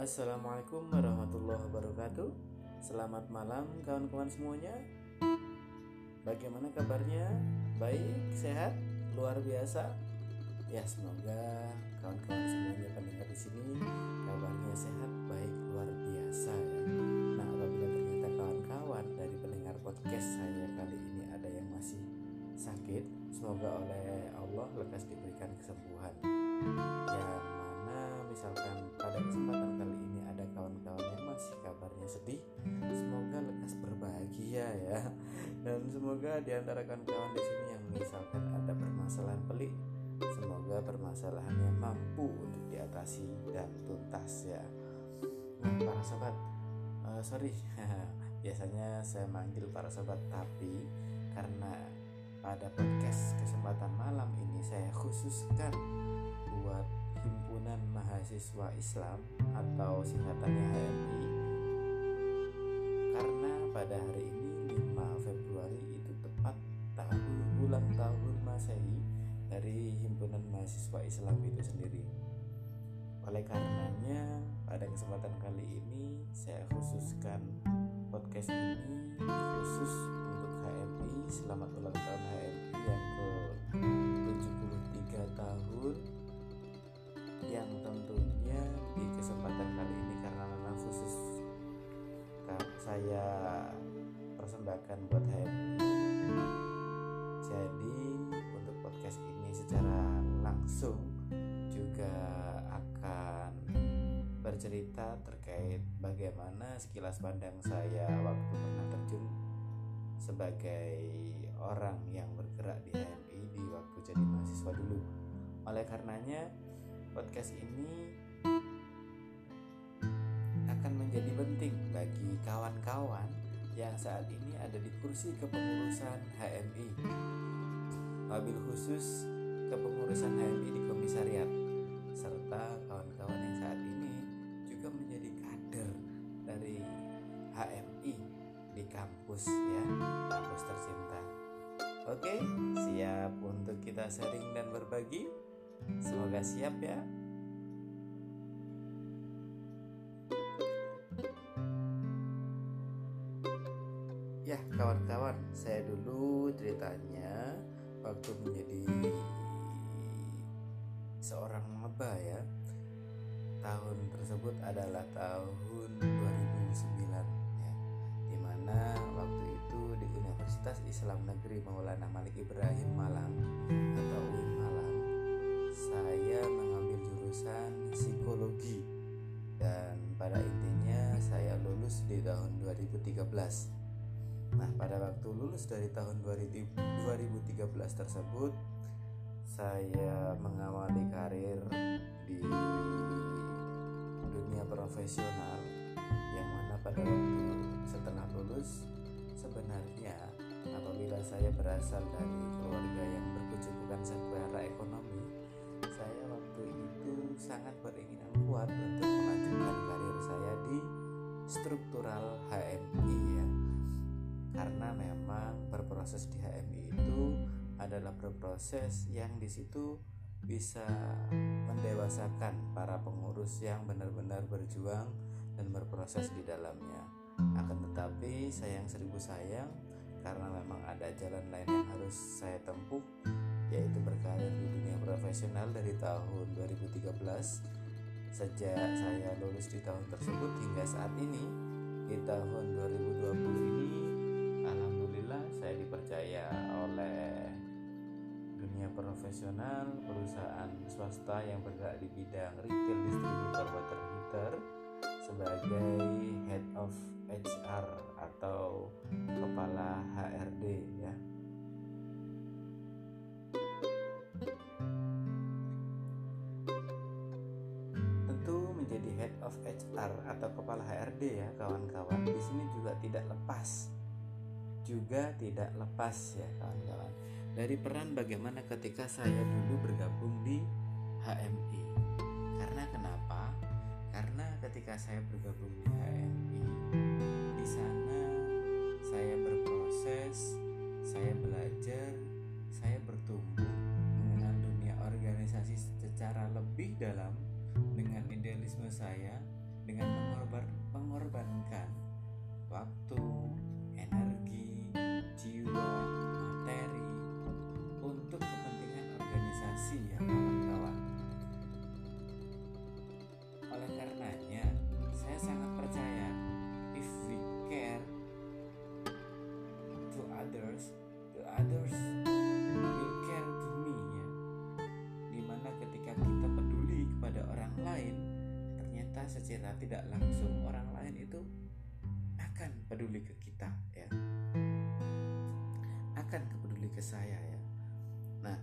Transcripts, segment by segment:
Assalamualaikum warahmatullahi wabarakatuh. Selamat malam kawan-kawan semuanya. Bagaimana kabarnya? Baik, sehat, luar biasa. Ya, semoga kawan-kawan semuanya pendengar di sini kabarnya sehat, baik, luar biasa ya. Nah, apabila ternyata kawan-kawan dari pendengar podcast saya kali ini ada yang masih sakit, semoga oleh Allah lekas diberikan kesembuhan. Yang mana misalkan pada kesempatan kali ini ada kawan-kawan yang masih kabarnya sedih, semoga lekas berbahagia ya. Dan semoga di antara kawan-kawan di sini yang misalkan ada permasalahan pelik, semoga permasalahannya mampu untuk diatasi dan tuntas ya. Nah, para sobat, biasanya saya manggil para sobat, tapi karena pada podcast kesempatan malam ini saya khususkan buat Himpunan Mahasiswa Islam atau singkatannya HMI, karena pada hari ini 5 Februari itu tepat ulang tahun Masehi dari Himpunan Mahasiswa Islam itu sendiri. Oleh karenanya pada kesempatan kali ini saya khususkan podcast ini khusus untuk HMI. Selamat ulang tahun HMI yang ke-73 tahun, yang tentunya di kesempatan kali ini karena memang khusus saya persembahkan buat HMI, jadi untuk podcast ini secara langsung juga akan bercerita terkait bagaimana sekilas pandang saya waktu pernah terjun sebagai orang yang bergerak di HMI di waktu jadi mahasiswa dulu. Oleh karenanya podcast ini akan menjadi penting bagi kawan-kawan yang saat ini ada di kursi kepengurusan HMI, wabil khusus kepengurusan HMI di komisariat, serta kawan-kawan yang saat ini juga menjadi kader dari HMI di kampus ya, kampus tercinta. Oke, siap untuk kita sharing dan berbagi? Semoga siap ya. Ya kawan-kawan, saya dulu ceritanya waktu menjadi seorang maba ya. Tahun tersebut adalah tahun 2009 ya, dimana waktu itu di Universitas Islam Negeri Maulana Malik Ibrahim Malang atau UIN Malang, saya mengambil jurusan psikologi, dan pada intinya saya lulus di tahun 2013. Nah, pada waktu lulus dari tahun 2013 tersebut, saya mengawali karir di dunia profesional, yang mana pada waktu setelah lulus, sebenarnya apabila saya berasal dari keluarga yang berkecukupan secara ekonomi, saya waktu itu sangat beringinan kuat untuk melanjutkan karir saya di struktural HMI ya. Karena memang berproses di HMI itu adalah berproses yang di situ bisa mendewasakan para pengurus yang benar-benar berjuang dan berproses di dalamnya. Akan tetapi sayang seribu sayang, karena memang ada jalan lain yang harus saya tempuh, yaitu berkarir di dunia profesional dari tahun 2013. Sejak saya lulus di tahun tersebut hingga saat ini di tahun 2020 ini, alhamdulillah saya dipercaya oleh dunia profesional perusahaan swasta yang bergerak di bidang retail distributor water heater sebagai head of HR atau kepala HRD ya. Tentu menjadi head of HR atau kepala HRD ya kawan-kawan, di sini juga tidak lepas ya kawan-kawan dari peran bagaimana ketika saya dulu bergabung di HMI. Karena kenapa? Karena ketika saya bergabung di HMI, di sana saya berproses, saya belajar, saya bertumbuh mengenal dunia organisasi secara lebih dalam dengan idealisme saya dengan mengorbankan waktu, energi, jiwa, materi untuk kepentingan organisasi ya kawan-kawan. Oleh karenanya, saya sangat percaya if we care to others, the others will care to me ya. Dimana ketika kita peduli kepada orang lain, ternyata secara tidak langsung orang lain itu akan peduli ke kita ya, akan peduli ke saya ya. Nah,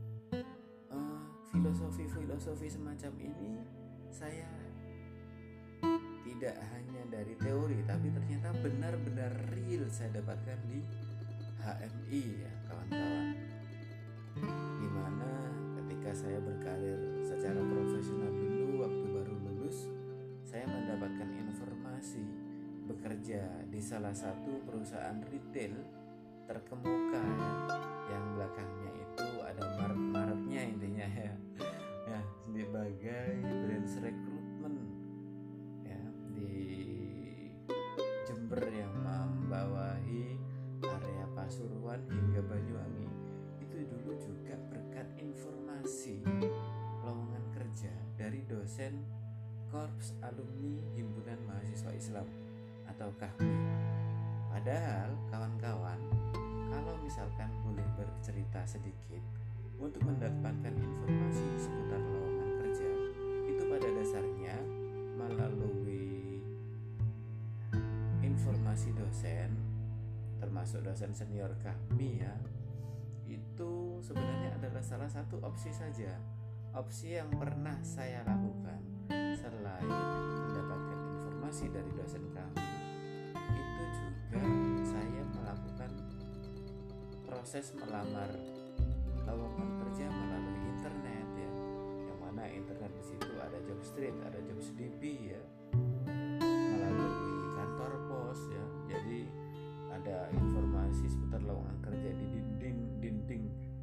filosofi semacam ini saya tidak hanya dari teori, tapi ternyata benar-benar real saya dapatkan di HMI ya kawan-kawan. Dimana ketika saya berkarir secara profesional dulu, waktu baru lulus, saya mendapatkan informasi bekerja di salah satu perusahaan retail terkemuka ya, yang belakangnya itu ada Maretnya intinya ya, sebagai branch recruitment ya di Jember yang membawahi area Pasuruan hingga Banyuwangi. Itu dulu juga berkat informasi lowongan kerja dari dosen Korps Alumni Himpunan Mahasiswa Islam atau KAHMI. Padahal kawan-kawan, kalau misalkan boleh bercerita sedikit untuk mendapatkan informasi seputar lowongan kerja, itu pada dasarnya melalui informasi dosen, termasuk dosen senior KAHMI ya, itu sebenarnya adalah salah satu opsi saja, opsi yang pernah saya lakukan selain mendapatkan informasi dari dosen kami. Itu juga saya melakukan proses melamar lowongan kerja melalui internet ya, yang mana internet di situ ada Jobstreet, ada JobsDB ya, melalui kantor pos ya. Jadi ada informasi seputar lowongan kerja di dinding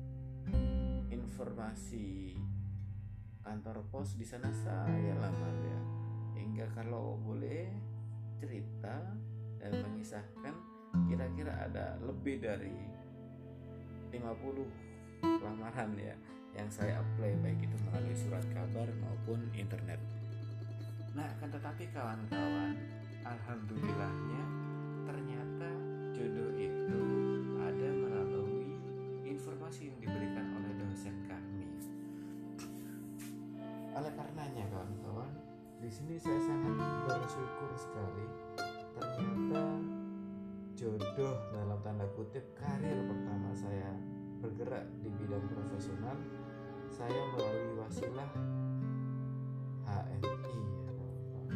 informasi kantor pos. Di sana saya lamar ya. Hingga kalau boleh cerita dan mengisahkan, kira-kira ada lebih dari 50 lamaran ya yang saya apply, baik itu melalui surat kabar maupun internet. Nah, akan tetapi kawan-kawan, alhamdulillahnya ternyata jodoh itu ada melalui informasi yang diberikan oleh dosen kami. Oleh karenanya kawan-kawan, di sini saya sangat bersyukur sekali. Ternyata jodoh dalam tanda kutip karir pertama saya bergerak di bidang profesional saya melalui wasilah HMI ya kawan-kawan.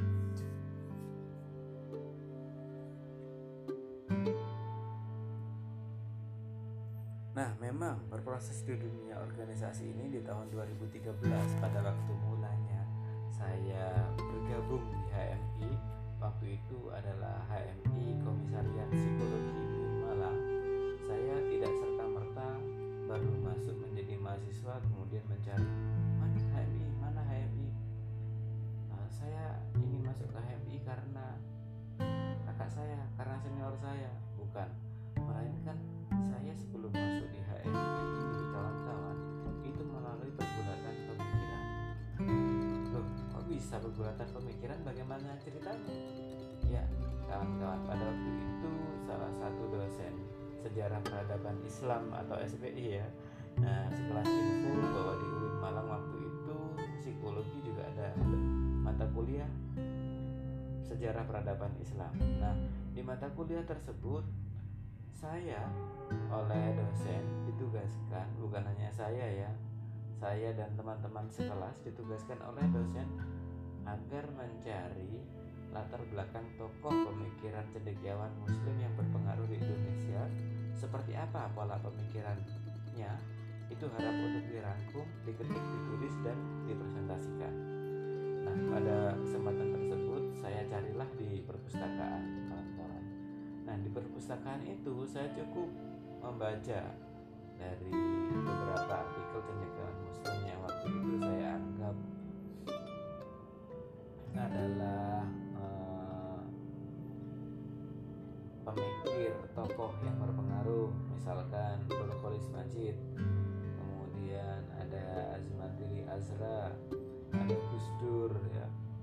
Nah, memang berproses di dunia organisasi ini di tahun 2013 pada waktu mulanya saya bergabung di HMI. Waktu itu adalah HMI Komisariat Psikologi UIN Malang. Saya tidak serta-merta baru masuk menjadi mahasiswa kemudian mencari mana HMI. Saya ingin masuk ke HMI karena kakak saya, karena senior saya. Bukan, melainkan saya sebelum masuk di HMI ini kawan-kawan, itu melalui pergulatan pemikiran. Loh, kok bisa pergulatan pemikiran? Bagaimana ceritanya? Ya, kawan-kawan, pada waktu itu salah satu dosen sejarah peradaban Islam atau SPI ya, sekelas info bahwa di UIN Malang waktu itu psikologi juga ada mata kuliah sejarah peradaban Islam. Nah, di mata kuliah tersebut saya oleh dosen ditugaskan, bukan hanya saya ya, saya dan teman-teman sekelas ditugaskan oleh dosen agar mencari latar belakang tokoh pemikiran cendekiawan muslim yang berpengaruh di Indonesia, seperti apa pola pemikirannya, itu harap untuk dirangkum, diketik, ditulis, dan dipresentasikan. Nah, pada kesempatan tersebut saya carilah di perpustakaan kawan-kawan. Nah, di perpustakaan itu saya cukup membaca dari beberapa artikel cendekiawan muslim yang waktu itu saya anggap adalah tokoh yang berpengaruh, misalkan Nur Kholis Majid, kemudian ada Azmadili Azra, ada Gus Dur ya,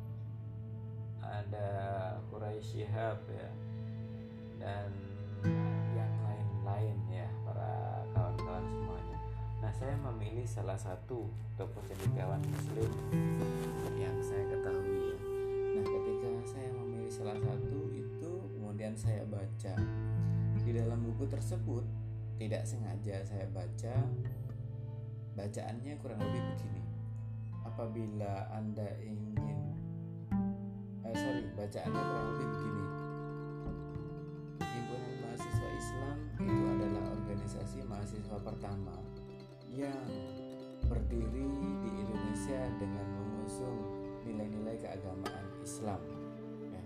ada Quraisy Shihab ya, dan yang lain-lain ya, para kawan-kawan semuanya. Nah, saya memilih salah satu tokoh cendekiawan Muslim yang saya ketahui ya. Nah, ketika saya memilih salah satu itu, kemudian saya baca di dalam buku tersebut, tidak sengaja saya baca, bacaannya kurang lebih begini. Apabila Anda ingin bacaannya kurang lebih begini. Himpunan Mahasiswa Islam itu adalah organisasi mahasiswa pertama yang berdiri di Indonesia dengan mengusung nilai-nilai keagamaan Islam ya.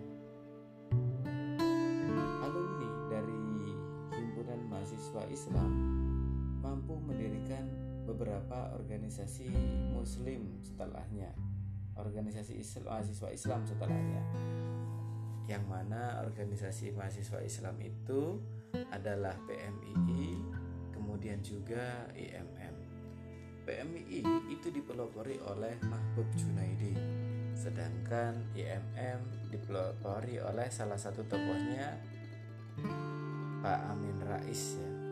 Alumni dari Himpunan Mahasiswa Islam mampu mendirikan beberapa organisasi Muslim setelahnya, organisasi mahasiswa Islam setelahnya, yang mana organisasi mahasiswa Islam itu adalah PMII, kemudian juga IMM. PMII itu dipelopori oleh Mahbub Junaidi, sedangkan IMM dipelopori oleh salah satu tokohnya Pak Amin Rais ya.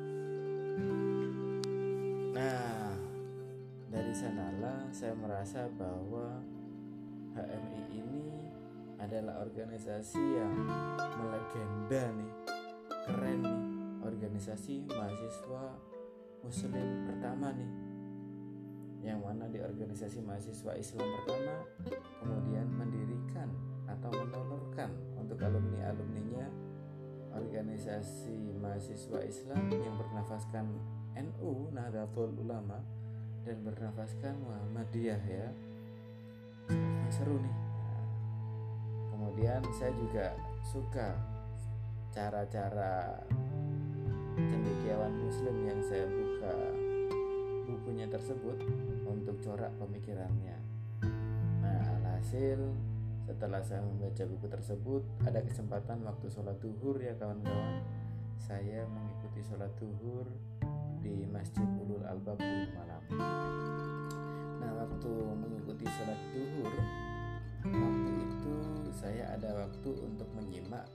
Nah, dari sanalah saya merasa bahwa HMI ini adalah organisasi yang melegenda nih, keren nih, organisasi mahasiswa Muslim pertama nih, yang mana di organisasi mahasiswa Islam pertama kemudian mendirikan atau menelurkan untuk alumni-alumninya organisasi mahasiswa Islam yang bernafaskan NU Nahdlatul Ulama dan bernafaskan Muhammadiyah ya. Sepertinya seru nih. Kemudian saya juga suka cara-cara cendekiawan Muslim yang saya buka bukunya tersebut untuk corak pemikirannya. Nah, alhasil setelah saya membaca buku tersebut, ada kesempatan waktu sholat duhur ya kawan-kawan, saya mengikuti sholat duhur di Masjid Ulul Albab Malam. Nah, waktu mengikuti sholat duhur, waktu itu saya ada waktu untuk menyimak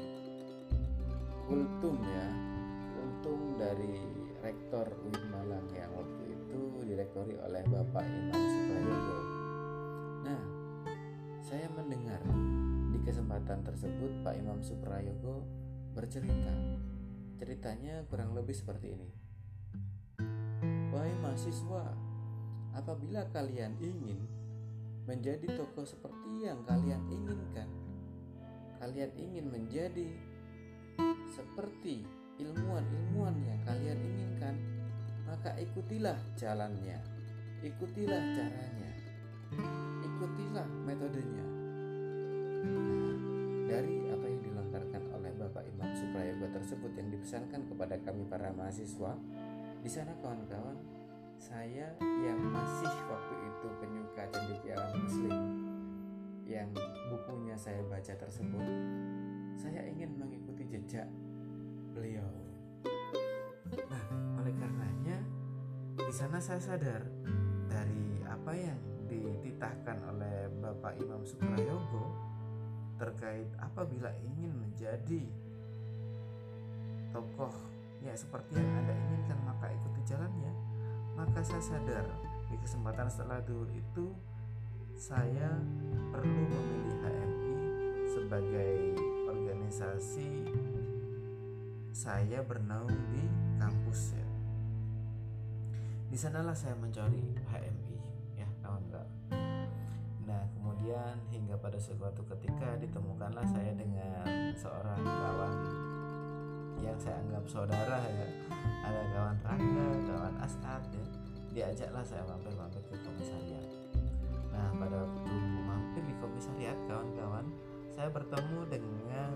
kultum ya, kultum dari Rektor UIN Malang yang waktu itu direktori oleh Bapak Imam Suprayogo. Nah, saya mendengar di kesempatan tersebut Pak Imam Suprayogo bercerita. Ceritanya kurang lebih seperti ini. Wahai mahasiswa, apabila kalian ingin menjadi tokoh seperti yang kalian inginkan, kalian ingin menjadi seperti ilmuwan-ilmuwan yang kalian inginkan, maka ikutilah jalannya, ikutilah caranya, ikutilah metodenya. Nah, dari apa yang dilontarkan oleh Bapak Imam Suprayogo tersebut yang dipesankan kepada kami para mahasiswa, di sana kawan-kawan, saya yang masih waktu itu penyuka cendekiawan Muslim yang bukunya saya baca tersebut, saya ingin mengikuti jejak beliau. Nah, oleh karenanya di sana saya sadar dari apa yang dititahkan oleh Bapak Imam Suprayogo terkait apabila ingin menjadi tokoh ya seperti yang Anda inginkan, maka ikuti jalannya. Maka saya sadar di kesempatan setelah duhur itu saya perlu memilih HMI sebagai organisasi saya bernaung di kampus ya. Di sanalah saya mencari HMI ya kawan-kawan. Nah, kemudian hingga pada suatu ketika ditemukanlah saya dengan seorang kawan yang saya anggap saudara ya. Ada kawan Rangga, kawan As'ad ya. Diajaklah saya mampir-mampir ke komisariat. Nah, pada waktu mampir di komisariat kawan-kawan, saya bertemu dengan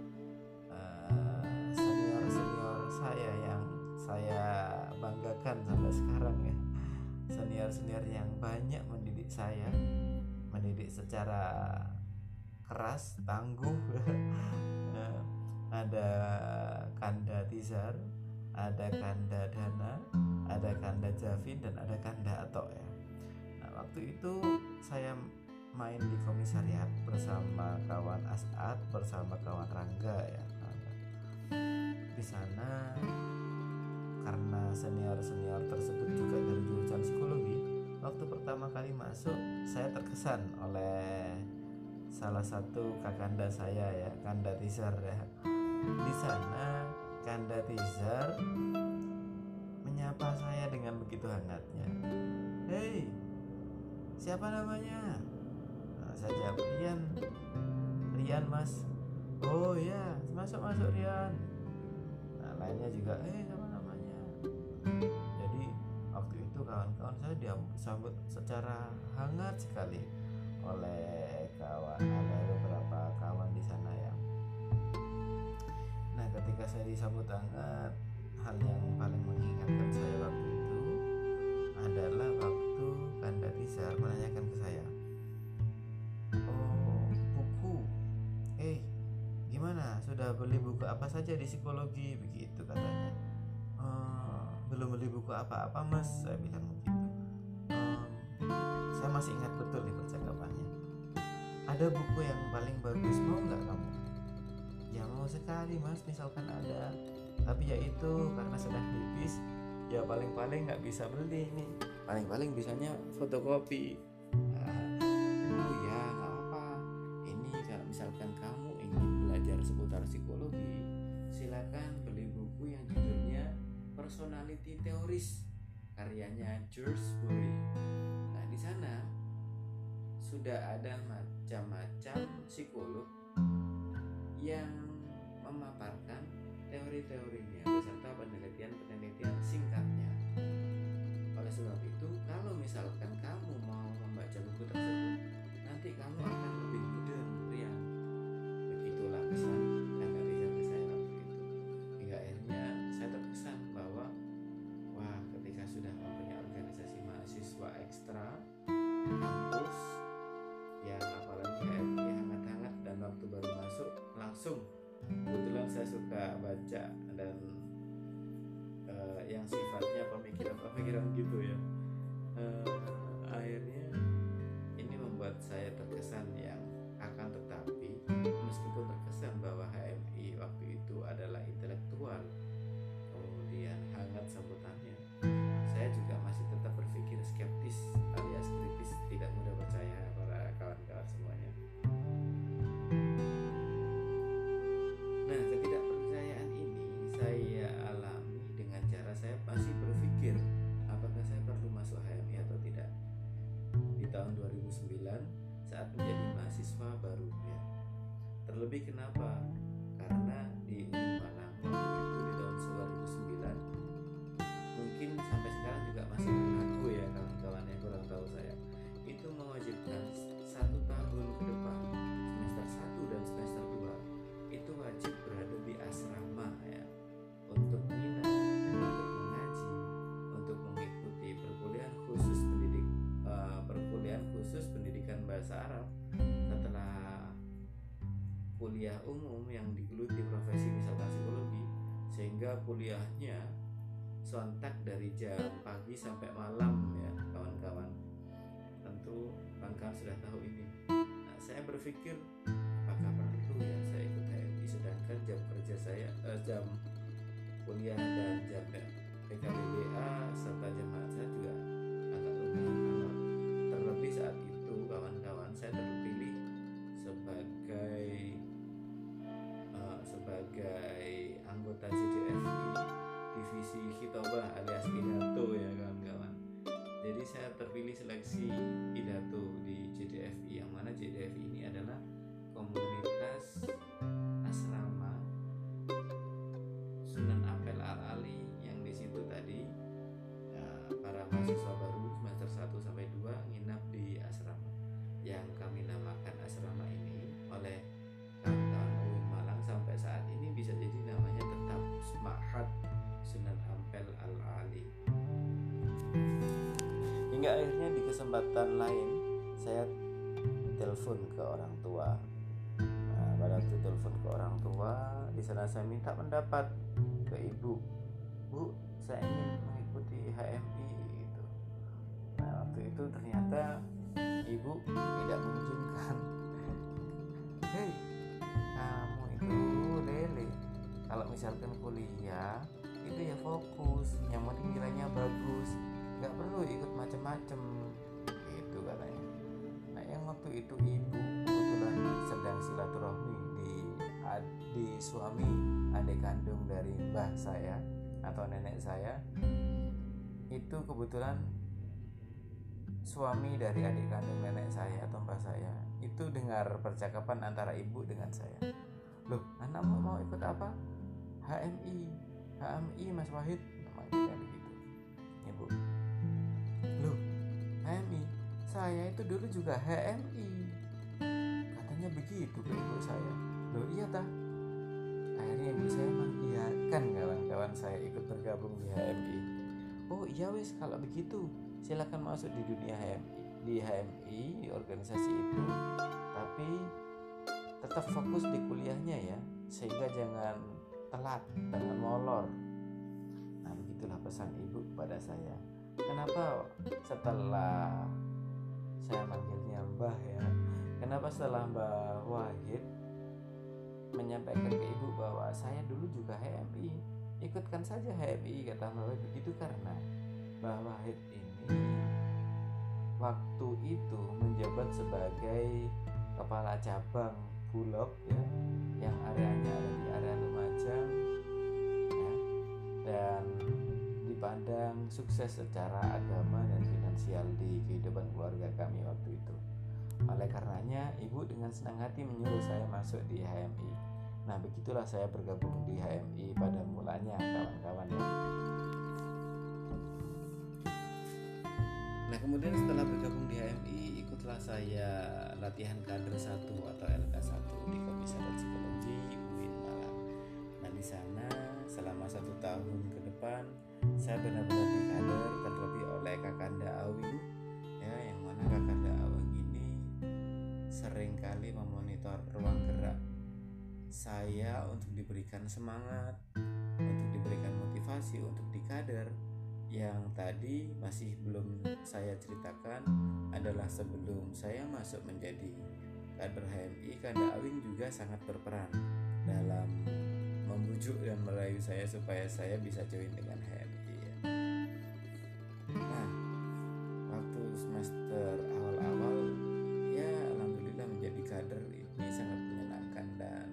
senior-senior saya yang saya banggakan sampai sekarang ya. Senior-senior yang banyak mendidik saya, mendidik secara keras, tangguh ada Kanda Tizar, ada Kanda Dana, ada Kanda Javin, dan ada Kanda Atok ya. Nah, waktu itu saya main di komisariat bersama kawan As'ad, bersama kawan Rangga ya. Di sana karena senior-senior tersebut juga dari jurusan psikologi, waktu pertama kali masuk saya terkesan oleh salah satu kakanda saya ya, Kanda Tizar ya. Di sana Kanda Tizar menyapa saya dengan begitu hangatnya. "Hei, siapa namanya?" Nah, saya jawab, Rian mas." "Oh ya, masuk Rian." Nah, lainnya juga, "Siapa namanya?" Jadi waktu itu kawan-kawan saya disambut secara hangat sekali oleh beberapa kawan di sana ya. Nah, ketika saya disambut hangat, hal yang paling mengingatkan saya waktu itu adalah waktu Kanda Tizar menanyakan ke saya, "Oh, buku. Gimana? Sudah beli buku apa saja di psikologi?" Begitu katanya. "Belum beli buku apa-apa mas," saya bilang begitu. Saya masih ingat betul nih percakapannya. "Ada buku yang paling bagus, mau nggak kamu?" "Ya mau sekali mas, misalkan ada. Tapi ya itu karena sedang nipis, ya paling-paling nggak bisa beli nih. Paling-paling bisanya fotokopi." "Oh ya nggak apa. Ini kalau misalkan kamu ingin belajar seputar psikologi, silakan beli buku yang judulnya Personality Theories karyanya George Bury. Nah, di sana sudah ada macam-macam psikolog yang memaparkan teori-teorinya beserta penelitian-penelitian singkatnya. Oleh sebab itu, kalau misalkan kamu mau membaca buku tersebut, nanti kamu akan lebih mudah, Rian." Begitulah pesan Kanda Tizar ke saya waktu itu. Hingga akhirnya saya terkesan bahwa wah, ketika sudah mempunyai organisasi mahasiswa ekstra kampus yang apalagi HMI hangat-hangat, dan waktu baru masuk langsung kebetulan saya suka baca dan yang sifatnya pemikiran gitu ya. Akhirnya ini membuat saya terkesan yang akan tetapi meskipun terkesan bahwa HMI waktu itu adalah intelektual, kemudian hangat sambutannya, saya juga masih tetap berpikir skeptis alias kritis, tidak mudah percaya para kawan-kawan semuanya. Nah, ketidakpercayaan ini saya alami dengan cara saya masih berpikir apakah saya perlu masuk HMI atau tidak di tahun 2009 saat menjadi mahasiswa baru ya. Terlebih kenapa? Karena di Uni Malang waktu itu di tahun 2009 mungkin sampai sekarang juga masih berlaku ya kawan-kawan yang kurang tahu saya, itu mewajibkan 1 tahun ke depan, semester 1 dan semester 2 itu wajib berada di asrama ya, untuk menginap, untuk mengaji, untuk mengikuti perkuliahan khusus pendidikan bahasa Arab setelah kuliah umum yang digeluti profesi misalkan psikologi, sehingga kuliahnya sontak dari jam pagi sampai malam ya kawan-kawan. Tentu kawan-kawan sudah tahu ini. Nah, saya berpikir apakah perlu ya saya ikut HMI sedangkan jam kerja saya, jam kuliah dan jam PKBBA serta jamaah saya juga agak lumayan amat. Terlebih saat itu kawan-kawan saya terpilih sebagai anggota JDFI divisi Khitobah alias pidato ya kawan-kawan. Jadi saya terpilih seleksi pidato di JDFI, yang mana JDFI ini adalah komunitas asrama Sunan Ampel Al-Ali, yang di situ tadi para mahasiswa baru semester 1 sampai 2 nginap di asrama yang kami namakan asrama ini oleh kawan-kawan UIN Malang sampai saat ini bisa jadi namanya tetap Ma'had Sunan Ampel Al-Ali. Hingga akhirnya di kesempatan lain saya telepon ke orang tua. Pada itu telepon ke orang tua. Di sana saya minta pendapat ke ibu. Bu, saya ingin mengikuti HMI gitu. Nah, waktu itu ternyata ibu tidak mengizinkan. Hei, kamu itu lele, kalau misalkan kuliah itu ya fokus, yang penting nilainya bagus, nggak perlu ikut macem-macem gitu katanya. Nah, yang waktu itu ibu kebetulan sedang silaturahmi di suami adik kandung dari mbah saya atau nenek saya. Itu kebetulan suami dari adik kandung nenek saya atau mbah saya itu dengar percakapan antara ibu dengan saya. Loh, anakmu mau ikut apa? HMI Mas Wahid, manggilnya begitu ibu. Loh, HMI, saya itu dulu juga HMI, katanya begitu ke ibu saya. Loh, iya tah? Akhirnya ibu saya mengiyakan kawan-kawan saya ikut bergabung di HMI. Oh iya wis, kalau begitu silakan masuk di dunia HMI, di organisasi itu, tapi tetap fokus di kuliahnya ya, sehingga jangan telat, jangan molor. Nah, begitulah pesan ibu kepada saya. Kenapa setelah saya manggilnya Mbah ya, kenapa setelah Mbah Wahid menyampaikan ke ibu bahwa saya dulu juga HMI, ikutkan saja HMI, kata Mbah Wahid begitu, karena Mbah Wahid ini waktu itu menjabat sebagai kepala cabang Bulog ya, yang areanya ada di area Lumajang ya, dan dipandang sukses secara agama dan finansial di kehidupan keluarga kami waktu itu. Oleh karenanya ibu dengan senang hati menyuruh saya masuk di HMI. Nah, begitulah saya bergabung di HMI pada mulanya kawan-kawan ya. Nah, kemudian setelah bergabung di HMI, ikutlah saya latihan kader 1 atau LK1 di Komisariat Psikologi UIN Malang. Nah, di sana selama 1 tahun ke depan saya benar-benar dikader, terlebih oleh Kakanda Awing ya, yang mana Kakanda Awing ini seringkali memonitor ruang gerak saya untuk diberikan semangat, untuk diberikan motivasi untuk dikader. Yang tadi masih belum saya ceritakan adalah sebelum saya masuk menjadi kader HMI, Kanda Awing juga sangat berperan dalam membujuk dan merayu saya supaya saya bisa join dengan HMI ya. Nah, waktu semester awal-awal ya alhamdulillah menjadi kader ini sangat menyenangkan dan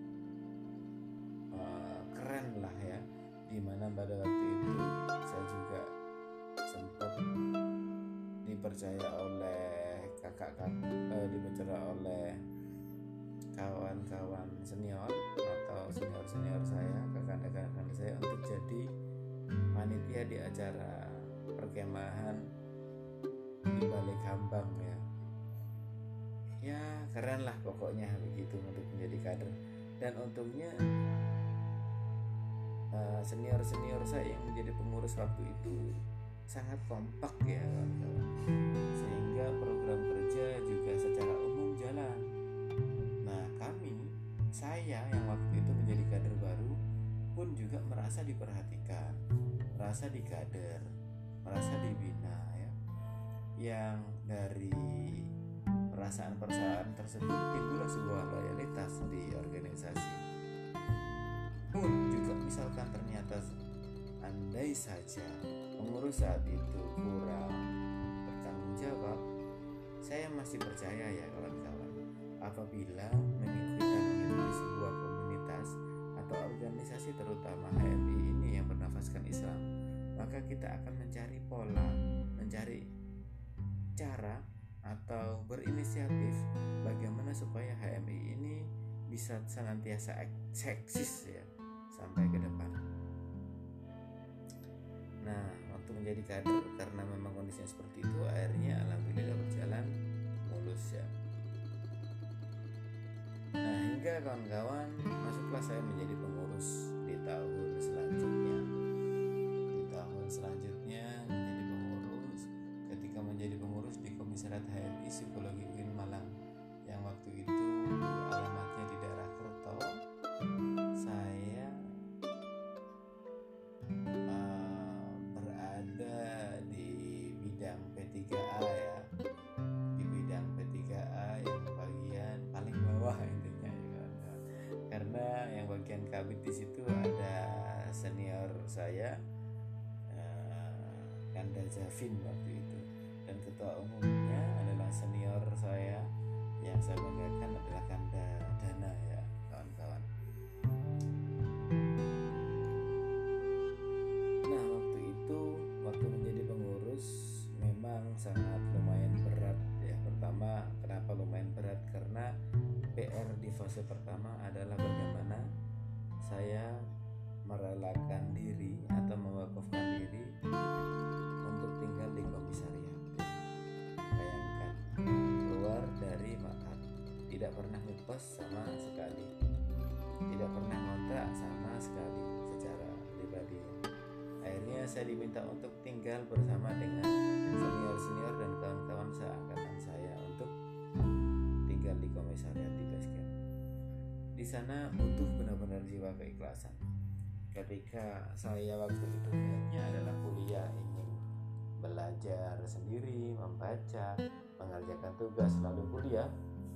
keren lah ya, dimana pada waktu itu saya juga sempat dipercaya oleh dipercaya oleh kawan-kawan senior atau senior saya, kakak-kakak saya, untuk jadi panitia di acara perkemahan di Balik Hambang ya. Ya keren lah pokoknya begitu untuk menjadi kader. Dan untungnya senior-senior saya yang menjadi pengurus waktu itu sangat kompak ya kawan-kawan, sehingga program kerja juga secara umum jalan. Nah, saya yang waktu itu menjadi kader baru pun juga merasa diperhatikan, merasa dikader, merasa dibina ya. Yang dari perasaan-perasaan tersebut timbullah sebuah loyalitas di organisasi. Pun juga misalkan ternyata andai saja pengurus saat itu kurang bertanggung jawab, saya masih percaya ya kawan-kawan, apabila mengikuti sebuah komunitas atau organisasi, terutama HMI ini yang bernafaskan Islam, maka kita akan mencari pola, mencari cara atau berinisiatif bagaimana supaya HMI ini bisa senantiasa eksis ya sampai ke depan. Nah, waktu menjadi kader, karena memang kondisinya seperti itu, akhirnya alhamdulillah berjalan mulus ya. Nah, hingga kawan-kawan masuklah saya menjadi pengurus di tahun selanjutnya. Di tahun selanjutnya menjadi pengurus, ketika menjadi pengurus di Komisariat HMI Psikologi UIN Malang, yang waktu itu alamatnya di daerah Davin waktu itu, dan ketua umumnya adalah senior saya yang saya banggakan adalah Kanda Dana ya kawan-kawan. Nah waktu menjadi pengurus memang sangat lumayan berat ya. Pertama, kenapa lumayan berat? Karena PR di fase pertama adalah bagaimana saya merelakan diri atau mewakafkan diri untuk tinggal di komisariat. Bayangkan, keluar dari Makassar, tidak pernah ngekos sama sekali, tidak pernah ngontrak sama sekali secara pribadi. Akhirnya saya diminta untuk tinggal bersama dengan senior-senior dan kawan-kawan seangkatan saya untuk tinggal di komisariat di base camp. Di sana butuh benar-benar jiwa keikhlasan. Ketika saya waktu itu niatnya adalah kuliah, ingin belajar sendiri, membaca, mengerjakan tugas lalu kuliah,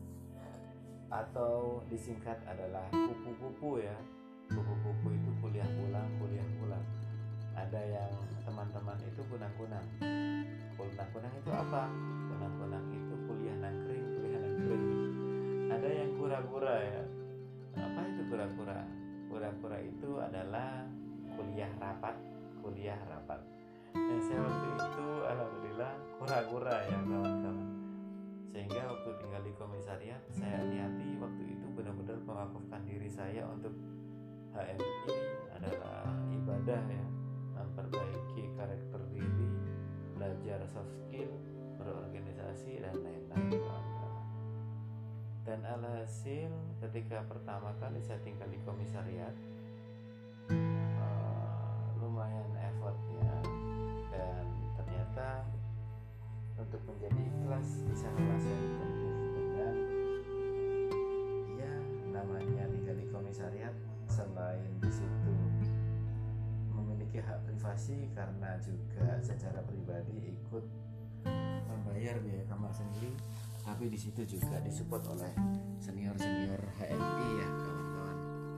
atau disingkat adalah kupu-kupu ya. Kupu-kupu itu kuliah pulang. Ada yang teman-teman itu kunang-kunang. Kunang-kunang itu apa? Kunang-kunang itu kuliah nangkring. Ada yang kura-kura ya. Apa itu kura-kura? Kura-kura itu adalah kuliah rapat. Dan saya waktu itu alhamdulillah kura-kura ya kawan-kawan. Sehingga waktu tinggal di komisariat, saya niati waktu itu benar-benar mewakafkan diri saya untuk HMI adalah ibadah ya, memperbaiki karakter diri, belajar soft skill, berorganisasi dan lain-lain kawan-kawan. Dan alhasil ketika pertama kali saya tinggal di komisariat, lumayan effortnya, dan ternyata untuk menjadi ikhlas di sana saya ditempuh dengan ya namanya tinggal di komisariat. Selain di situ memiliki hak privasi karena juga secara pribadi ikut membayar biaya kamar sendiri, tapi di situ juga disupport oleh senior-senior HMI ya kawan-kawan.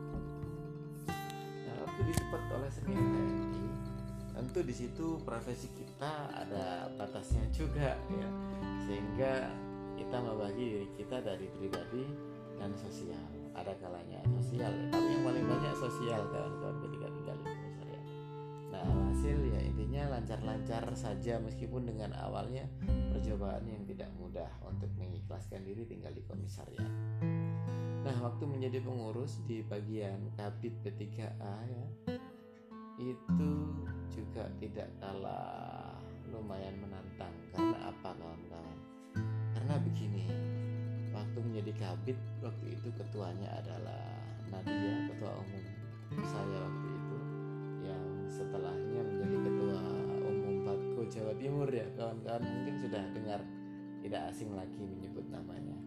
Nah, waktu disupport oleh senior HMI, tentu di situ profesi kita ada batasnya juga ya, sehingga kita membagi diri kita dari pribadi dan sosial. Ada kalanya sosial, tapi yang paling banyak sosial kawan-kawan ketika tinggal di komisariat. Nah, hasil ya intinya lancar-lancar saja, meskipun dengan awalnya percobaan yang tidak mudah untuk mengikhlaskan diri tinggal di komisariat. Nah, waktu menjadi pengurus di bagian Kabid P3A ya, itu juga tidak kalah lumayan menantang. Karena apa kawan-kawan? Karena begini, waktu menjadi kabid, waktu itu ketuanya adalah Nadia, ketua umum saya waktu itu, yang setelahnya menjadi ketua umum Patko Jawa Timur ya kawan-kawan, mungkin sudah dengar, tidak asing lagi menyebut namanya.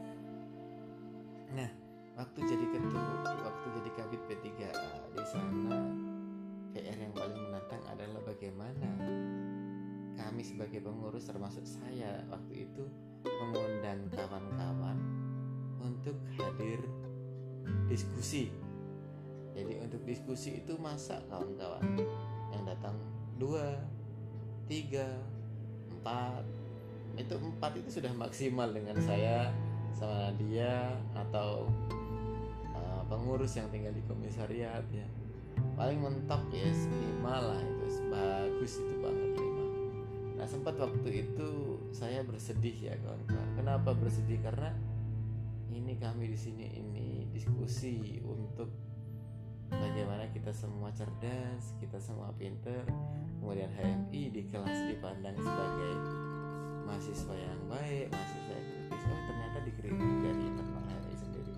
Nah, waktu jadi kabid P3A di sana, PR yang paling menantang adalah bagaimana kami sebagai pengurus, termasuk saya waktu itu, mengundang kawan-kawan untuk hadir diskusi. Jadi untuk diskusi itu masa kawan-kawan yang datang 2, 3, 4, itu 4 itu sudah maksimal dengan saya sama Nadia atau pengurus yang tinggal di komisariat ya. Paling mentok ya 5 lah, itu bagus, itu banget 5. Nah, sempat waktu itu saya bersedih ya kawan-kawan. Kenapa bersedih? Karena ini kami di sini ini diskusi untuk bagaimana kita semua cerdas, kita semua pinter, kemudian HMI di kelas dipandang sebagai mahasiswa yang baik, mahasiswa yang kritis. Oh, ternyata dikritik dari internal HMI sendiri.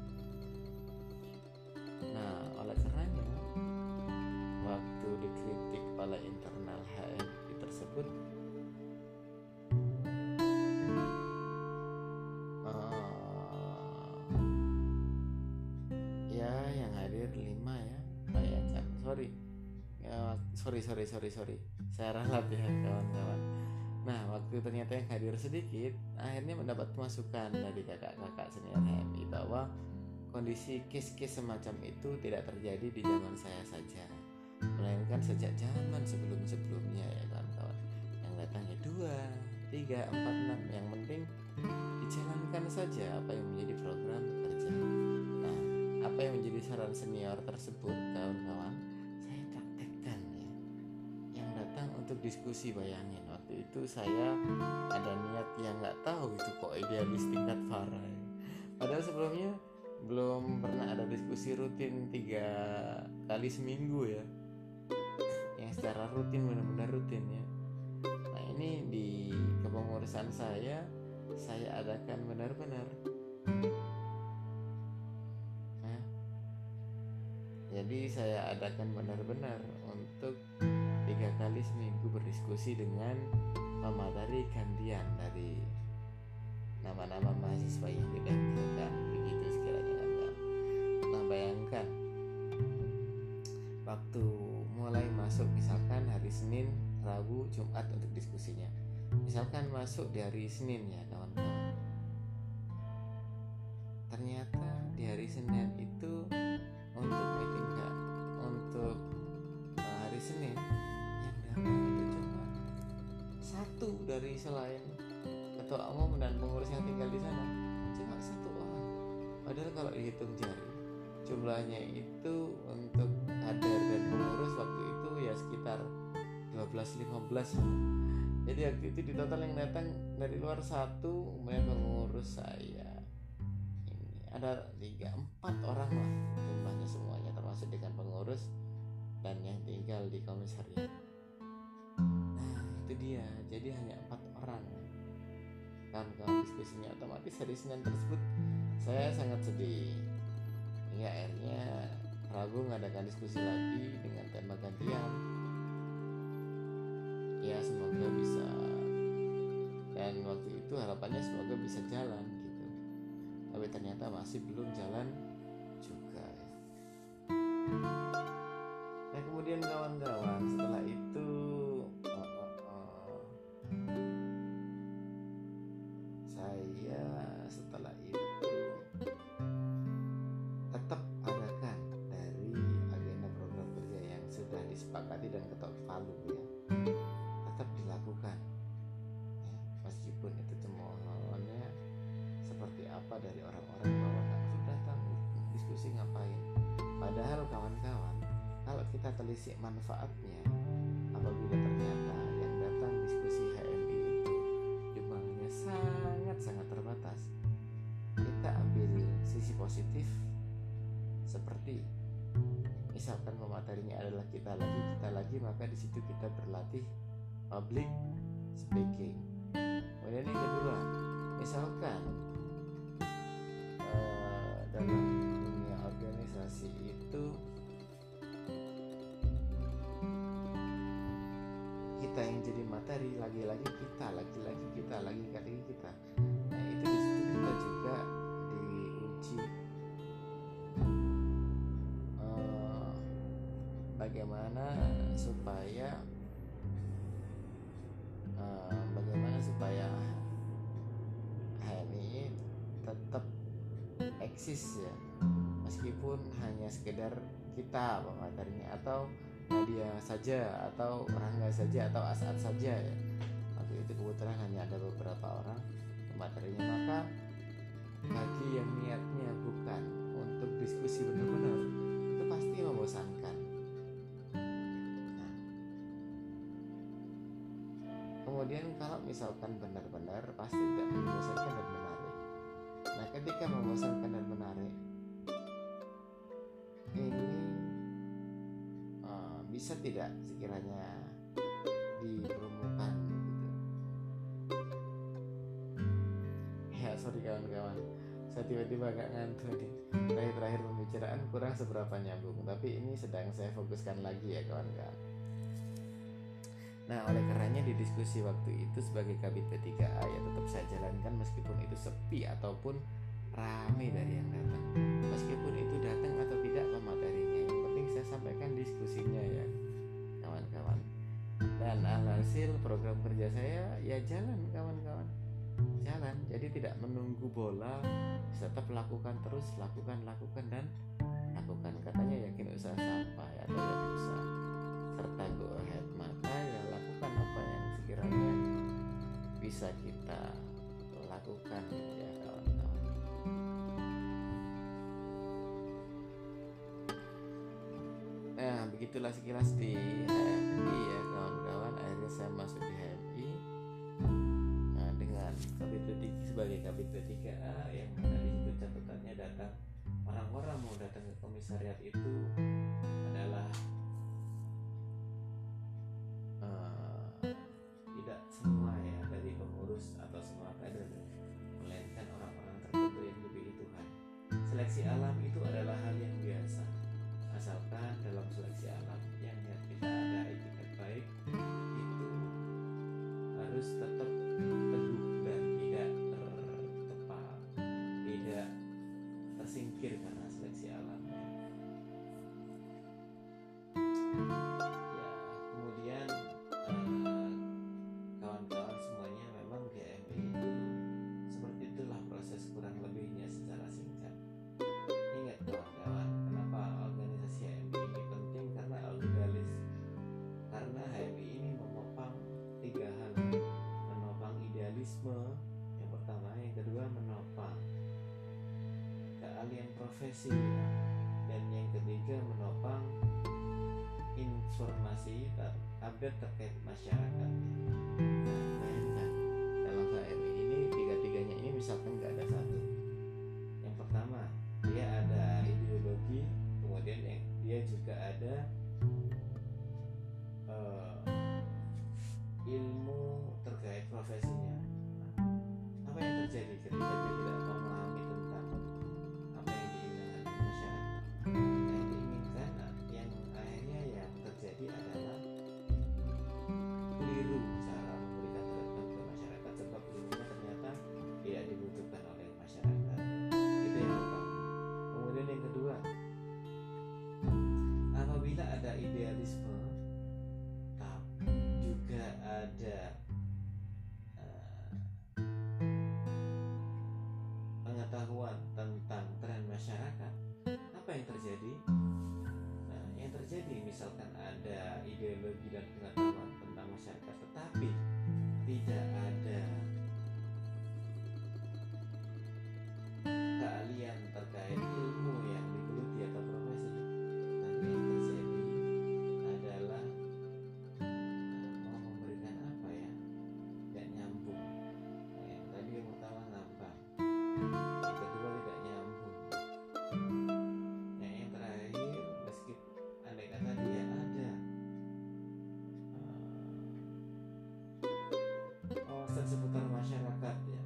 Nah, oleh karenanya waktu dikritik oleh internal HMI tersebut, ya yang hadir 5 ya, bayangkan. Sorry, saya ralat ya kawan-kawan. Nah, waktu ternyata yang hadir sedikit, akhirnya mendapat masukan dari kakak-kakak senior HMI bahwa kondisi case-case semacam itu tidak terjadi di zaman saya saja, melainkan sejak zaman sebelum-sebelumnya ya kawan-kawan. Yang datang ya 2, 3, 4, 6. Yang penting dijalankan saja apa yang menjadi program kerja. Nah, apa yang menjadi saran senior tersebut, kawan-kawan, saya praktekkan ya. Yang datang untuk diskusi, bayangin waktu itu saya ada niat yang nggak tahu itu kok idealis tingkat parah ya. Padahal sebelumnya belum pernah ada diskusi rutin 3 kali seminggu ya, yang secara rutin, benar-benar rutin ya. Nah, ini di kepengurusan saya adakan benar-benar. Nah, jadi saya adakan benar-benar untuk 3 kali seminggu berdiskusi dengan pemateri gantian dari nama-nama mahasiswa yang digantikan, begitu sekiranya kan. Nah, bayangkan waktu mulai masuk, misalkan hari Senin, Rabu, Jumat untuk diskusinya. Misalkan masuk di hari Senin ya kawan-kawan. Ternyata di hari Senin itu untuk meeting untuk hari Senin yang datang itu cuma 1 dari selain ketua umum dan pengurus yang tinggal di sana, cuma 1 orang. Padahal kalau dihitung jari jumlahnya itu untuk kader dan pengurus waktu itu ya sekitar 12-15. Jadi waktu itu di total yang datang dari luar 1, kemudian pengurus saya ini ada 3-4 orang lah jumlahnya semuanya, termasuk dengan pengurus dan yang tinggal di komisariat. Nah, itu dia, jadi hanya 4 orang. Kawan-kawan, diskusinya otomatis hari Senin tersebut saya sangat sedih. Hingga akhirnya Rabu mengadakan diskusi lagi dengan tema gantian. Ya semoga bisa, dan waktu itu harapannya semoga bisa jalan gitu. Tapi ternyata masih belum jalan juga ya. Nah, kemudian kawan-kawan, setelah itu tetap adakan dari agenda program kerja yang sudah disepakati dan ketok palu ya, tetap dilakukan ya, meskipun itu cemohonnya seperti apa dari orang-orang bahwa nggak perlu datang diskusi ngapain. Padahal kawan-kawan, kalau kita telisik manfaatnya, apabila ternyata yang datang diskusi HMI itu jumlahnya sangat-sangat terbatas, kita ambil sisi positif. Seperti misalkan pematerinya adalah kita lagi, maka di situ kita berlatih public speaking. Kemudian yang kedua, misalkan dalam dunia organisasi itu kita yang jadi materi, lagi-lagi kita. Nah, itu di situ kita juga diuji bagaimana supaya HMI tetap eksis ya, meskipun hanya sekedar kita materinya, atau Nadia saja, atau Rangga saja, atau As'ad saja ya. Waktu itu kebetulan hanya ada beberapa orang materinya. Maka bagi yang niatnya bukan untuk diskusi benar-benar, itu pasti membosankan. Nah, kemudian kalau misalkan benar-benar, pasti tidak membosankan dan menarik. Nah, ketika membosankan dan menarik ini bisa tidak sekiranya diperumukan gitu. Ya sorry kawan-kawan, saya tiba-tiba agak ngantuk nih. Terakhir pembicaraan kurang seberapa nyambung, tapi ini sedang saya fokuskan lagi ya kawan-kawan. Nah, oleh karenanya di diskusi waktu itu sebagai Kabid P3A ya tetap saya jalankan meskipun itu sepi ataupun rame dari yang datang. Meskipun itu datang atau tidak pematerinya, yang penting saya sampaikan diskusinya ya kawan-kawan. Dan alhasil program kerja saya ya jalan kawan-kawan, jalan. Jadi tidak menunggu bola, tetap lakukan terus, lakukan dan lakukan. Katanya yakin usaha sampai atau yakin usaha serta go ahead, maka ya lakukan apa yang sekiranya bisa kita lakukan ya kawan-kawan. Nah, begitulah sekilas di HMI ya kawan-kawan. Akhirnya saya masuk di HMI dengan kabit B3 sebagai kabit B3A, yang mana di situ catatannya datang orang-orang mau datang ke komisariat itu adalah tidak semua ya dari pengurus atau semua kader, melainkan orang-orang tertentu yang dipilih Tuhan. Seleksi alam itu adalah hal yang biasa, asalkan dalam seleksi alam yang kita ada etikat baik itu harus tetap teguh dan tidak tertepa, tidak tersingkir karena seleksi alam. Ya, kemudian kawan-kawan semuanya, memang di HMI itu seperti itulah proses kurang lebihnya secara singkat. Ingat kawan-kawan, kenapa organisasi HMI ini penting? Karena HMI ini menopang 3 hal. Menopang idealisme yang pertama, yang kedua menopang keahlian profesi, dan yang ketiga menopang informasi update terkait masyarakat. Nah, bayangkan dalam HMI ini tiga-tiganya ini misalkan nggak ada satu. Yang pertama, dia ada ideologi, kemudian dia juga ada ilmu terkait profesinya. Apa yang terjadi ketika dia tidak memahami tentang apa yang diinginkan masyarakat? Yang diinginkan, yang akhirnya yang terjadi adalah keliru cara memberikan treatment ke masyarakat, sebab ilmunya ternyata tidak dibutuhkan oleh masyarakat. Itu yang pertama. Kemudian yang kedua, apabila ada idealisme juga ada pengetahuan tentang tren masyarakat, apa yang terjadi? Nah, yang terjadi misalkan ada ideologi dan pengetahuan tentang masyarakat, tetapi tidak ada keahlian terkait ilmu yang digeluti atau profesi, nanti yang terjadi adalah mau memberikan apa ya, tidak nyambung. Nah, yang tadi yang pertama ngambang, yang kedua tidak nyambung, nah yang terakhir meskipun andai kata dia ada wawasan seputar masyarakat ya,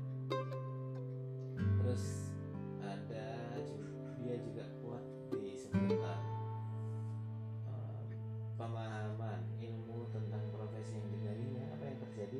terus dia juga kuat di seputar pemahaman ilmu tentang profesi yang digalinya, apa yang terjadi?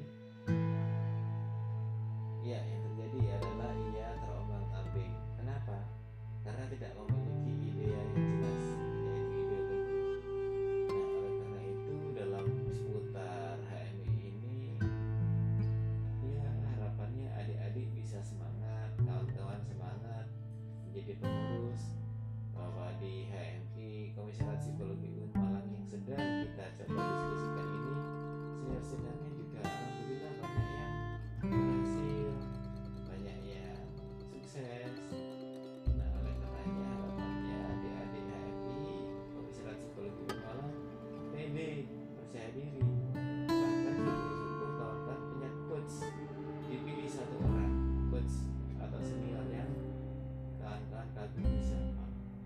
Ya, yang terjadi adalah ia terombang-ambing. Kenapa? Karena tidak memiliki ide yang jelas, yaitu ideologi. Nah, oleh karena itu dalam seputar HMI ini, ya harapannya adik-adik bisa semangat, kawan-kawan semangat menjadi pengurus, bahwa di HMI Komisariat Psikologi UIN Malang yang sedang kita coba diskusikan ini, senior-seniornya juga alhamdulillah banyak yang berhasil, banyak yang sukses. Nah, oleh karenanya harapannya adik-adik HMI Komisariat Psikologi UIN Malang pede, percaya diri, bahkan syukur-syukur kawan-kawan punya coach, dipilih satu orang coach atau senior yang kawan-kawan kagumi sama,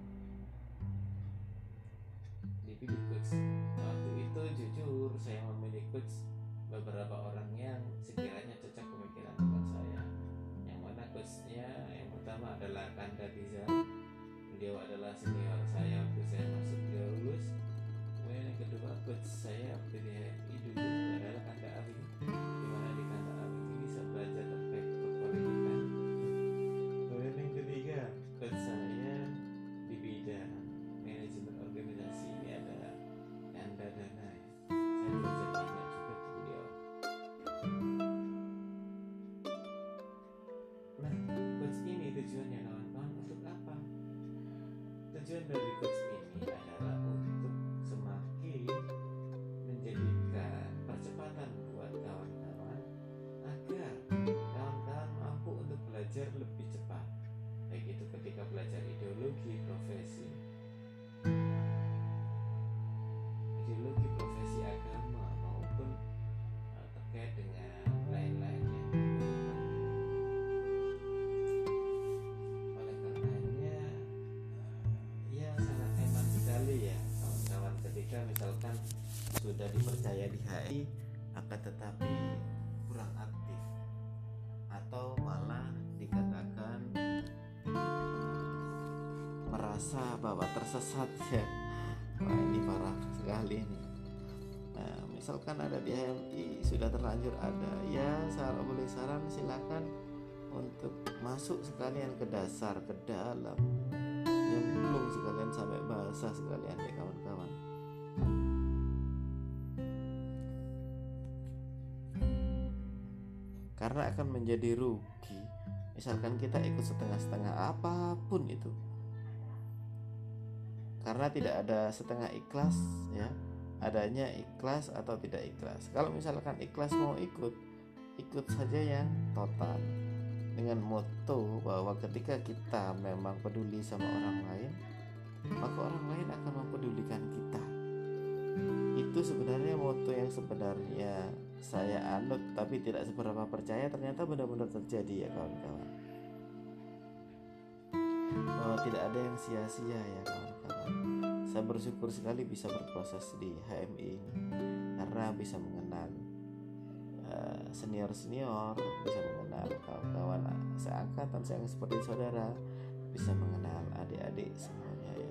dipilih coach. Waktu itu jujur saya memilih coach beberapa orang yang sekiranya cocok pemikiran dengan saya, yang mana coachnya yang pertama adalah Kanda Rizal. Beliau adalah senior saya waktu saya masuk, beliau lulus. Kemudian yang kedua, coach saya waktu di HMI dulu adalah Kanda Awi, di mana di Kanda Awi ini bisa belajar terkait perpolitikan. Kemudian yang ketiga, coach saya di bidang manajemen organisasi ini adalah Kanda Dana. Saya belajar banyak juga ke beliau. Nah, coach ini tujuannya kawan-kawan untuk apa? Tujuan dari coach ini adalah untuk semakin menjadikan percepatan buat kawan-kawan agar sudah dipercaya di HI akan tetapi kurang aktif, atau malah dikatakan merasa bahwa tersesat ya. Wah, ini parah sekali nih. Nah, misalkan ada di HMI sudah terlanjur ada, ya saya boleh saran silakan untuk masuk sekalian ke dasar, ke dalam, nyemplung sekalian sampai basah sekalian ya kawan-kawan. Karena akan menjadi rugi misalkan kita ikut setengah-setengah apapun itu, karena tidak ada setengah ikhlas ya, adanya ikhlas atau tidak ikhlas. Kalau misalkan ikhlas mau ikut saja yang total, dengan moto bahwa ketika kita memang peduli sama orang lain, maka orang lain akan mempedulikan kita. Itu sebenarnya moto yang sebenarnya saya anut, tapi tidak seberapa percaya. Ternyata benar-benar terjadi ya kawan-kawan, bahwa tidak ada yang sia-sia ya kawan-kawan. Saya bersyukur sekali bisa berproses di HMI ini, karena bisa mengenal senior-senior, bisa mengenal kawan-kawan seangkatan saya yang seperti saudara, bisa mengenal adik-adik semuanya ya.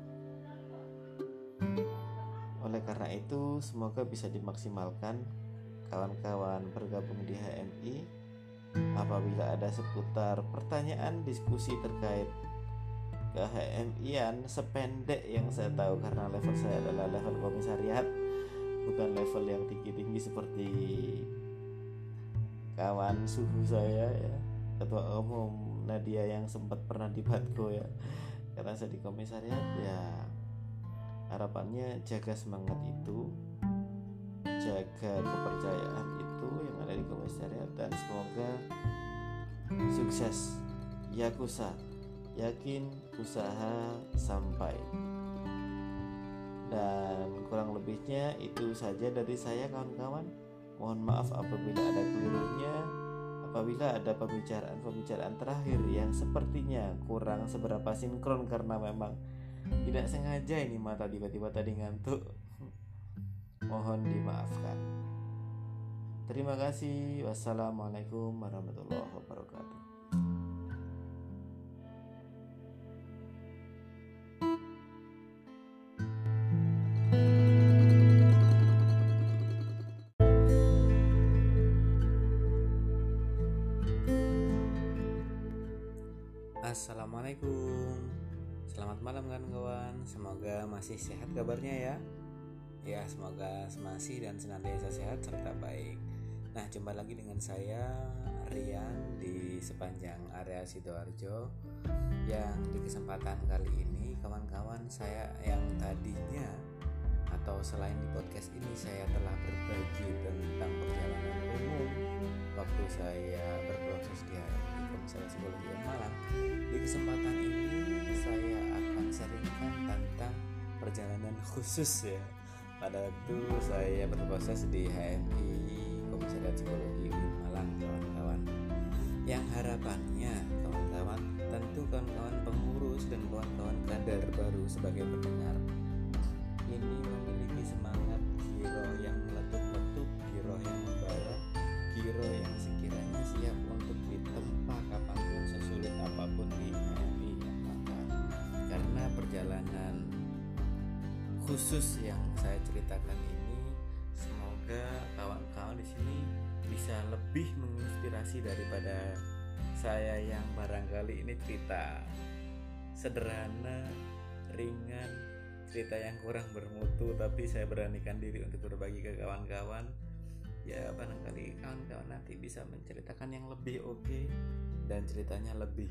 Oleh karena itu semoga bisa dimaksimalkan kawan-kawan bergabung di HMI. Apabila ada seputar pertanyaan diskusi terkait ke HMI-an sependek yang saya tahu, karena level saya adalah level komisariat, bukan level yang tinggi-tinggi seperti kawan suhu saya ya, ketua umum Nadia yang sempat pernah di Batko ya. Karena saya di komisariat ya, harapannya jaga semangat itu, jaga kepercayaan itu yang ada di komisariat, dan semoga sukses. Yakusa, yakin usaha sampai. Dan kurang lebihnya itu saja dari saya kawan-kawan. Mohon maaf apabila ada kelirunya, apabila ada pembicaraan terakhir yang sepertinya kurang seberapa sinkron karena memang tidak sengaja ini mata tiba-tiba tadi ngantuk. Mohon dimaafkan. Terima kasih. Wassalamualaikum warahmatullahi wabarakatuh. Assalamualaikum. Selamat malam kawan-kawan. Semoga masih sehat kabarnya ya. Ya, semoga masih dan senantiasa sehat serta baik. Nah, jumpa lagi dengan saya Rian di sepanjang area Sidoarjo, yang di kesempatan kali ini kawan-kawan saya yang tadinya atau selain di podcast ini saya telah berbagi tentang perjalanan umum waktu saya berproses di Komisariat Psikologi Malang. Di kesempatan ini saya akan sharingkan tentang perjalanan khusus ya. Pada waktu saya berproses di HMI Komisariat Psikologi Malang kawan-kawan, yang harapannya kawan-kawan, tentu kawan-kawan pengurus dan kawan-kawan kader baru sebagai pendengar ini memiliki semangat giro yang meletup-letup, giro yang membara, giro yang sekiranya siap untuk ditempa kapanpun sesulit apapun di HMI kawan-kawan. Karena perjalanan khusus yang saya ceritakan ini, semoga kawan-kawan di sini bisa lebih menginspirasi daripada saya yang barangkali ini cerita sederhana, ringan, cerita yang kurang bermutu, tapi saya beranikan diri untuk berbagi ke kawan-kawan. Ya, barangkali kawan-kawan nanti bisa menceritakan yang lebih oke dan ceritanya lebih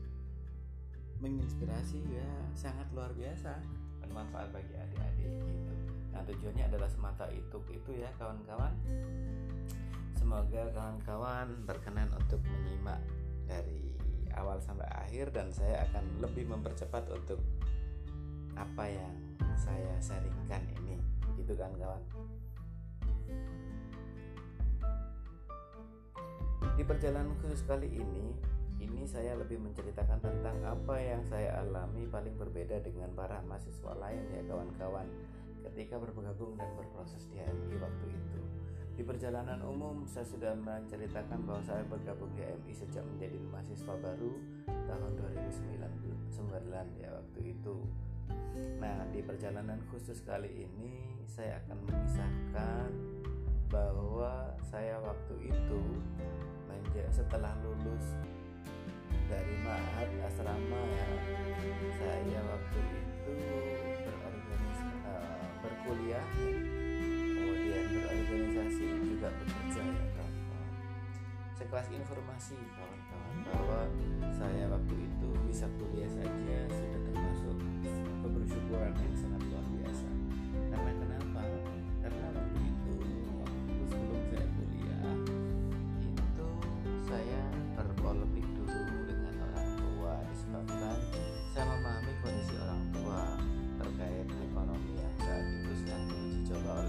menginspirasi ya, sangat luar biasa, bermanfaat bagi adik-adik gitu. Nah, tujuannya adalah semata itu ya kawan-kawan. Semoga kawan-kawan berkenan untuk menyimak dari awal sampai akhir, dan saya akan lebih mempercepat untuk apa yang saya sharingkan ini, gitu kan kawan. Di perjalanan khusus kali ini saya lebih menceritakan tentang apa yang saya alami paling berbeda dengan para mahasiswa lain ya kawan-kawan. ketika bergabung dan berproses di HMI waktu itu. Di perjalanan umum saya sudah menceritakan bahwa saya bergabung di HMI sejak menjadi mahasiswa baru tahun 2009 ya waktu itu. Nah, di perjalanan khusus kali ini saya akan mengisahkan bahwa saya waktu itu setelah lulus dari Ma'had asrama ya, saya waktu itu berkuliah ya, kemudian berorganisasi juga bekerja ya kawan-kawan. Sekelas informasi kawan-kawan bahwa saya waktu itu bisa kuliah saja sudah termasuk kebersyukuran yang sangat luar biasa. Karena kenapa? Karena waktu itu sebelum saya kuliah itu saya berpolemik dulu dengan orang tua disebabkan saya memahami kondisi orang tua terkait ekonomi yang saat itu sedang diuji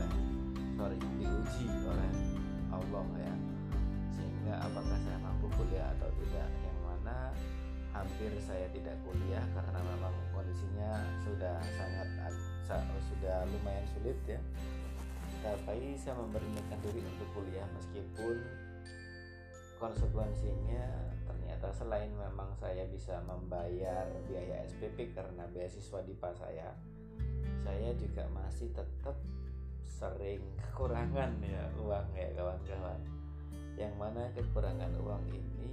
oleh Allah ya, sehingga apakah saya mampu kuliah atau tidak, yang mana hampir saya tidak kuliah karena memang kondisinya sudah lumayan sulit ya. Tapi saya memberanikan diri untuk kuliah meskipun konsekuensinya ternyata selain memang saya bisa membayar biaya SPP karena beasiswa DIPA saya juga masih tetap sering kekurangan ya uang ya kawan-kawan, yang mana kekurangan uang ini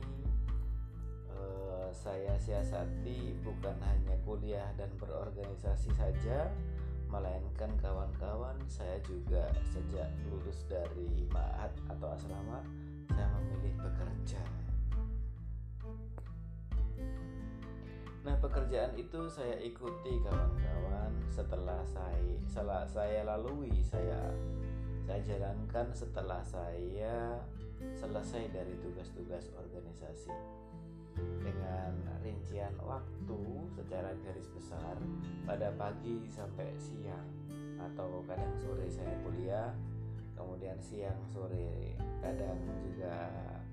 saya siasati bukan hanya kuliah dan berorganisasi saja, melainkan kawan-kawan saya juga sejak lulus dari ma'had atau asrama saya memilih bekerja. Nah, pekerjaan itu saya ikuti kawan-kawan setelah saya lalui, saya jalankan setelah saya selesai dari tugas-tugas organisasi dengan rincian waktu secara garis besar pada pagi sampai siang, atau kadang sore saya kuliah, kemudian siang sore kadang juga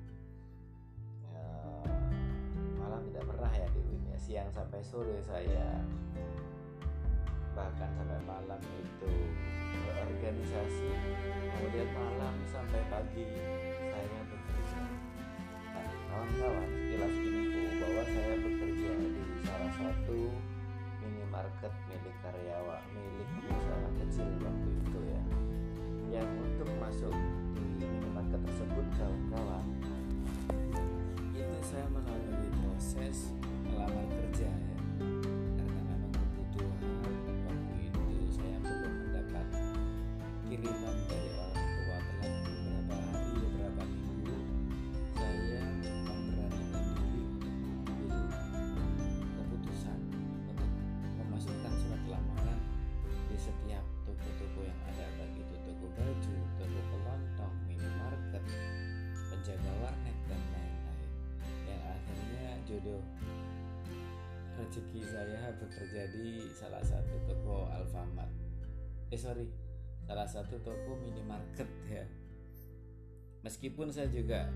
malam tidak pernah ya di dunia, siang sampai sore saya bahkan sampai malam itu berorganisasi, kemudian malam sampai pagi saya bekerja. Nah, kawan-kawan, sekilas info bahwa saya bekerja di salah satu minimarket milik usaha kecil waktu itu ya, yang untuk masuk di minimarket tersebut kawan-kawan itu saya melalui proses melamar kerja ya, karena memang kebutuhan waktu itu saya belum mendapat kiriman dari orang tua telah beberapa hari, beberapa minggu. Saya memberanikan diri untuk mengambil keputusan untuk memasukkan surat lamaran di setiap toko-toko yang ada, baik itu toko baju, toko kelontong, minimarket, penjaga warnet dan lain-lain. Yang akhirnya jodoh rezeki saya bekerja di salah satu toko Alfamart. Salah satu toko minimarket ya. Meskipun saya juga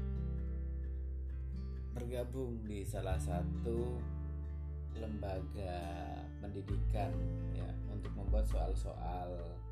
bergabung di salah satu lembaga pendidikan ya, untuk membuat soal-soal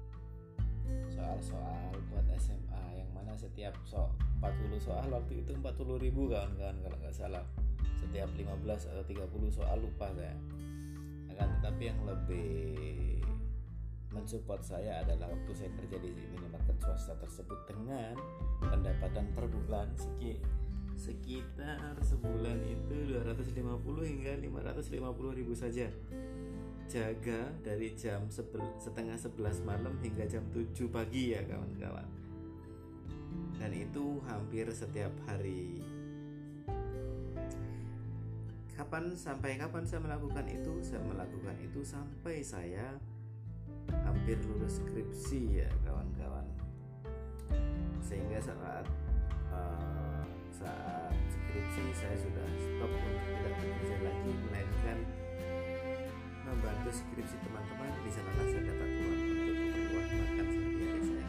buat SMA, yang mana setiap 40 soal waktu itu 40.000 kawan-kawan kalau nggak salah, setiap 15 atau 30 soal lupa saya. Akan tetapi yang lebih mensupport saya adalah waktu saya kerja di minimarket swasta tersebut dengan pendapatan per bulan sekitar sebulan itu 250 hingga 550 ribu saja. Jaga dari jam setengah 11 malam hingga jam 7 pagi ya kawan-kawan. Dan itu hampir setiap hari. Sampai kapan saya melakukan itu? Saya melakukan itu sampai saya hampir lulus skripsi ya kawan-kawan. Sehingga saat skripsi saya sudah stop untuk tidak bekerja lagi, melainkan membantu skripsi teman-teman. Di sanalah saya dapat uang untuk keperluan makan sehari-hari saya.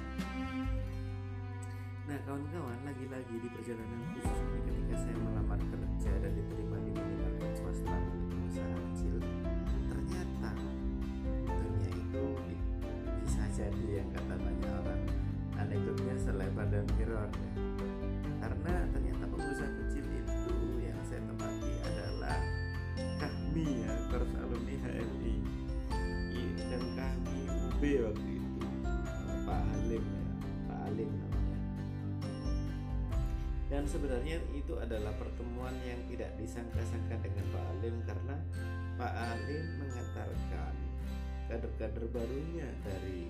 Nah kawan-kawan, lagi-lagi di perjalanan khusus ini ketika saya melamar kerja dan diterima di minimarket swasta milik usaha kecil, ternyata dunia itu bisa jadi Dan sebenarnya itu adalah pertemuan yang tidak disangka-sangka dengan Pak Alim, karena Pak Alim mengantarkan kader-kader barunya dari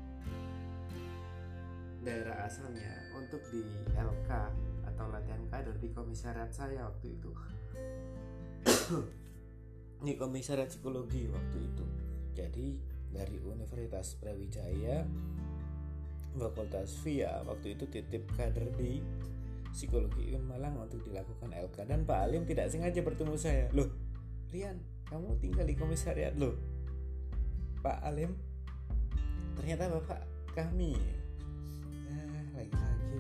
daerah asalnya untuk di LK atau latihan kader di komisariat saya waktu itu. Di komisariat psikologi waktu itu. Jadi dari Universitas Brawijaya Fakultas VIA waktu itu titip kader di psikologi UIN Malang untuk dilakukan LK, dan Pak Alim tidak sengaja bertemu saya. Loh, Rian, kamu tinggal di komisariat loh. Pak Alim, ternyata bapak kami. Lagi-lagi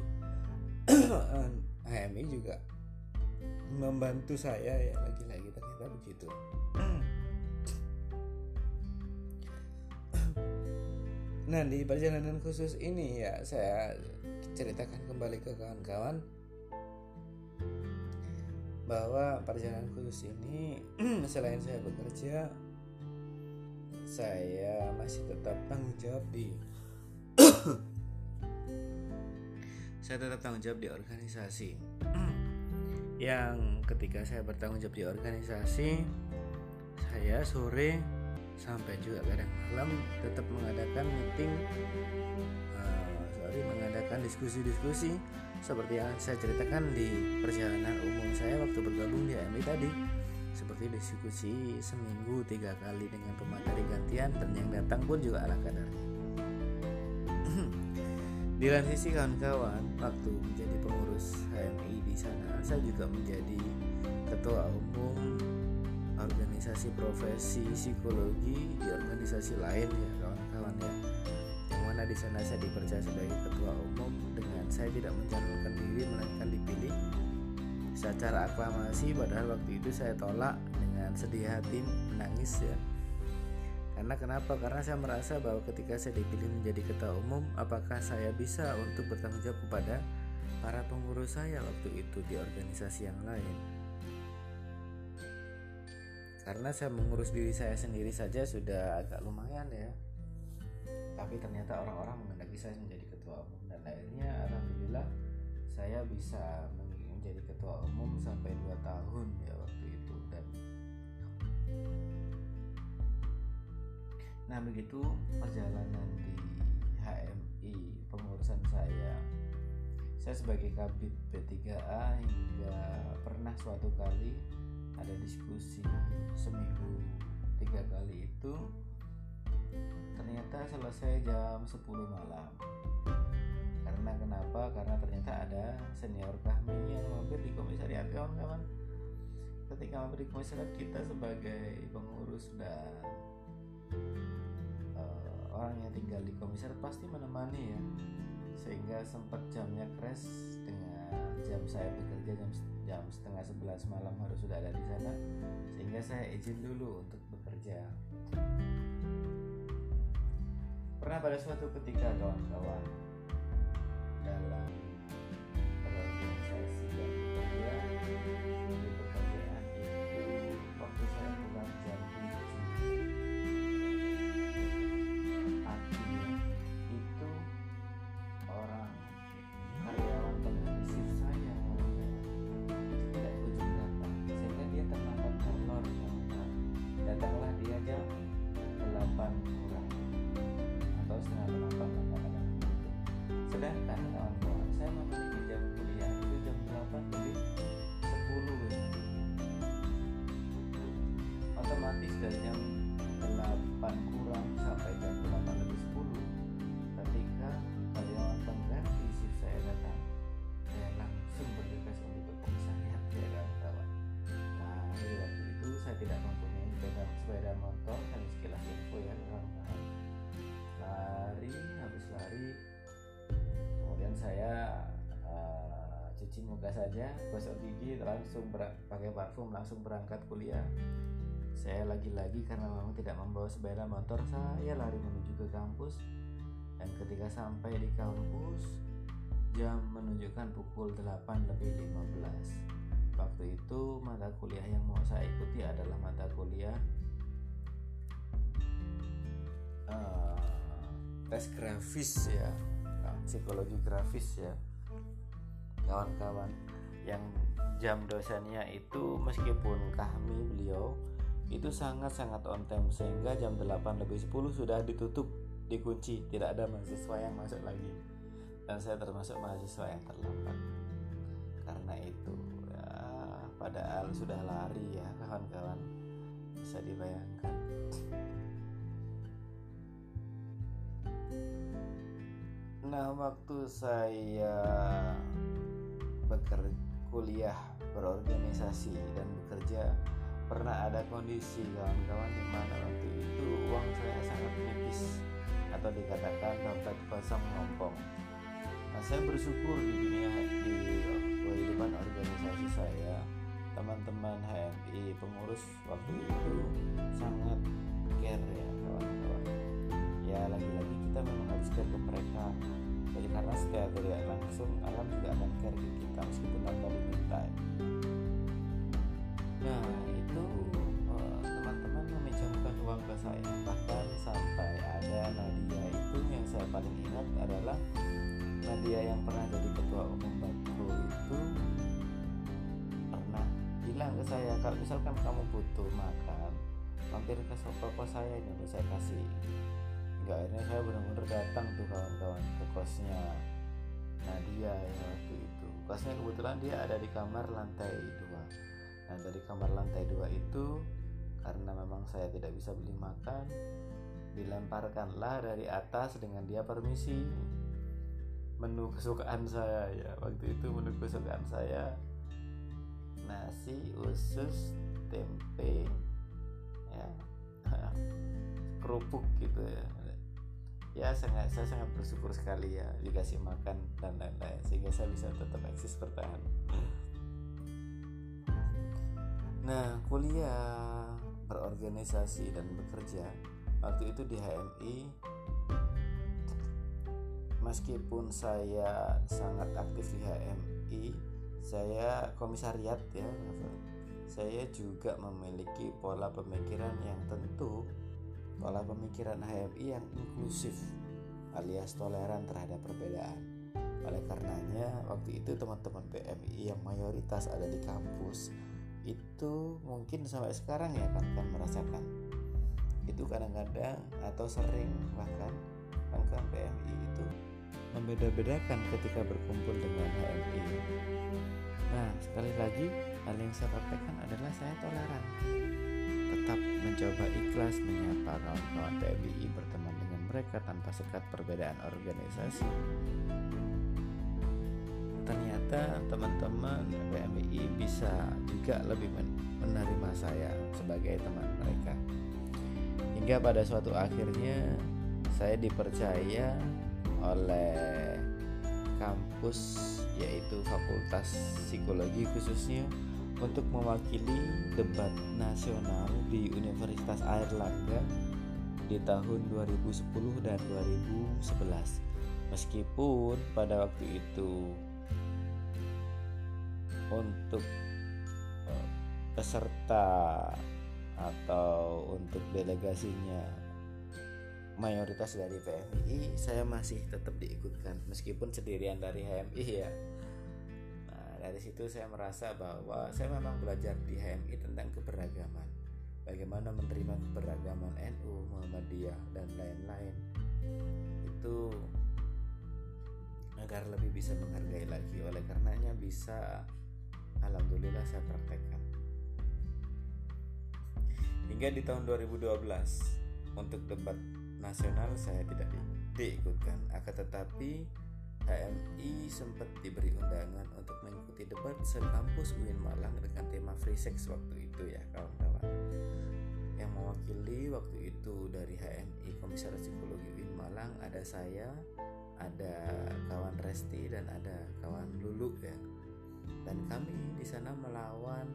HMI juga membantu saya ya, lagi-lagi ternyata begitu. Nah, di perjalanan khusus ini ya saya ceritakan kembali ke kawan-kawan bahwa perjalanan khusus ini selain saya bekerja, saya masih tetap tanggung jawab di organisasi. Yang ketika saya bertanggung jawab di organisasi, saya sore sampai juga kadang malam tetap mengadakan meeting, mengadakan diskusi-diskusi seperti yang saya ceritakan di perjalanan umum saya waktu bergabung di HMI tadi, seperti diskusi seminggu 3 kali dengan pemateri gantian, dan yang datang pun juga ala kadarnya. Di lain sisi kawan-kawan, waktu menjadi pengurus HMI di sana, saya juga menjadi ketua umum organisasi profesi psikologi di organisasi lain ya kawan-kawan ya. Yang mana di sana saya dipercaya sebagai ketua umum dengan saya tidak mencalonkan diri melainkan dipilih secara aklamasi, padahal waktu itu saya tolak dengan sedih hati, menangis ya. Karena kenapa? Karena saya merasa bahwa ketika saya dipilih menjadi ketua umum, apakah saya bisa untuk bertanggung jawab kepada para pengurus saya waktu itu di organisasi yang lain. Karena saya mengurus diri saya sendiri saja sudah agak lumayan ya. Tapi ternyata orang-orang menghendaki saya menjadi ketua umum, dan akhirnya alhamdulillah saya bisa menjadi ketua umum sampai 2 tahun ya waktu itu. Dan nah begitu perjalanan di HMI pengurusan saya. Saya sebagai kabid P3A hingga pernah suatu kali ada diskusi seminggu 3 kali itu ternyata selesai jam 10 malam. Karena kenapa? Karena ternyata ada senior kami yang mampir di komisariat kawan-kawan. Ketika mampir di komisariat, kita sebagai pengurus dan orang yang tinggal di komisariat pasti menemani ya, sehingga sempat jamnya crash dengan jam saya bekerja jam setengah 11 malam harus sudah ada di sana, sehingga saya izin dulu untuk bekerja. Pernah pada suatu ketika kawan-kawan dalam berorganisasi dan bekerja di pekerjaan itu, waktu saya pulang jam 7 artinya itu orang karyawan pengganti shift saya tidak kunjung datang, sehingga dia terlambat molor. Datanglah dia jam 8 kurang atau setengah 8 kadang-kadang begitu. Sedangkan kawan-kawan saya memiliki jam kuliah itu jam 8 lebih 10 ya. Otomatis dari jam 8 kurang sampai jam 8 lebih 10, ketika karyawan pengganti shift saya datang, saya langsung bergegas untuk ke komisariat ya kawan-kawan. Nah, dari waktu itu saya tidak mempunyai sepeda motor, dan sekilas info ya kawan-kawan. Habis lari, kemudian saya cuci muka saja, gosok gigi, langsung pakai parfum, langsung berangkat kuliah. Saya lagi-lagi karena memang tidak membawa sepeda motor, saya lari menuju ke kampus. Dan ketika sampai di kampus, jam menunjukkan pukul 8 lebih 15. Waktu itu mata kuliah yang mau saya ikuti adalah mata kuliah tes grafis ya, psikologi grafis ya kawan-kawan. yang jam dosennya itu meskipun beliau itu sangat-sangat on time, sehingga jam 8:10 sudah ditutup, dikunci, tidak ada mahasiswa yang masuk lagi, dan saya termasuk mahasiswa yang terlambat. Karena itu ya, padahal sudah lari ya kawan-kawan, bisa dibayangkan. Nah, waktu saya kuliah, berorganisasi dan bekerja, pernah ada kondisi kawan-kawan di mana waktu itu uang saya sangat menipis, atau dikatakan dompet kosong ngompong. Nah, saya bersyukur di kehidupan organisasi saya, teman-teman HMI, pengurus waktu itu sangat care ya kawan-kawan. Ya lagi-lagi kita memang harus care ke mereka. Jadi karena secara tidak langsung alam juga akan care ke kita meskipun tanpa diminta. Nah itu teman-teman meminjamkan uang ke saya, bahkan sampai ada Nadia itu, yang saya paling ingat adalah Nadia yang pernah jadi ketua umum Bakro itu pernah bilang ke saya, kalau misalkan kamu butuh makan, mampir ke toko saya ini untuk saya kasih. Enggak, akhirnya saya benar-benar datang tuh kawan-kawan ke kosnya Nadia ya waktu itu. Kosnya kebetulan dia ada di kamar lantai 2. Nah dari kamar lantai 2 itu, karena memang saya tidak bisa beli makan, dilemparkanlah dari atas dengan dia permisi menu kesukaan saya ya. Waktu itu menu kesukaan saya nasi usus tempe ya, kerupuk gitu ya. Ya saya sangat bersyukur sekali ya dikasih makan dan lain-lain, sehingga saya bisa tetap eksis bertahan. Nah, kuliah, berorganisasi dan bekerja waktu itu di HMI, meskipun saya sangat aktif di HMI, saya komisariat ya, saya juga memiliki pola pemikiran yang tentu, pola pemikiran HMI yang inklusif alias toleran terhadap perbedaan. Oleh karenanya waktu itu teman-teman PMI yang mayoritas ada di kampus itu mungkin sampai sekarang ya kan merasakan itu, kadang-kadang atau sering bahkan PMI itu membeda-bedakan ketika berkumpul dengan HMI. Nah sekali lagi, hal yang saya praktekkan adalah saya toleran, tetap mencoba ikhlas menyapa kawan-kawan PMI, berteman dengan mereka tanpa sekat perbedaan organisasi. Ternyata teman-teman PMI bisa juga lebih menerima saya sebagai teman mereka. Hingga pada suatu akhirnya saya dipercaya oleh kampus, yaitu Fakultas Psikologi khususnya, untuk mewakili debat nasional di Universitas Airlangga di tahun 2010 dan 2011. Meskipun pada waktu itu untuk peserta atau untuk delegasinya mayoritas dari PMI, saya masih tetap diikutkan meskipun sendirian dari HMI ya. Nah, dari situ saya merasa bahwa saya memang belajar di HMI tentang keberagaman, bagaimana menerima keberagaman NU, Muhammadiyah dan lain-lain, itu agar lebih bisa menghargai lagi. Oleh karenanya bisa, alhamdulillah saya praktekkan. Hingga di tahun 2012 untuk debat nasional saya tidak diikutkan. Akan tetapi HMI sempat diberi undangan untuk mengikuti debat sekampus UIN Malang dengan tema free sex waktu itu ya kawan-kawan. Yang mewakili waktu itu dari HMI Komisaris Psikologi UIN Malang ada saya, ada kawan Resti dan ada kawan Lulu ya. Dan kami di sana melawan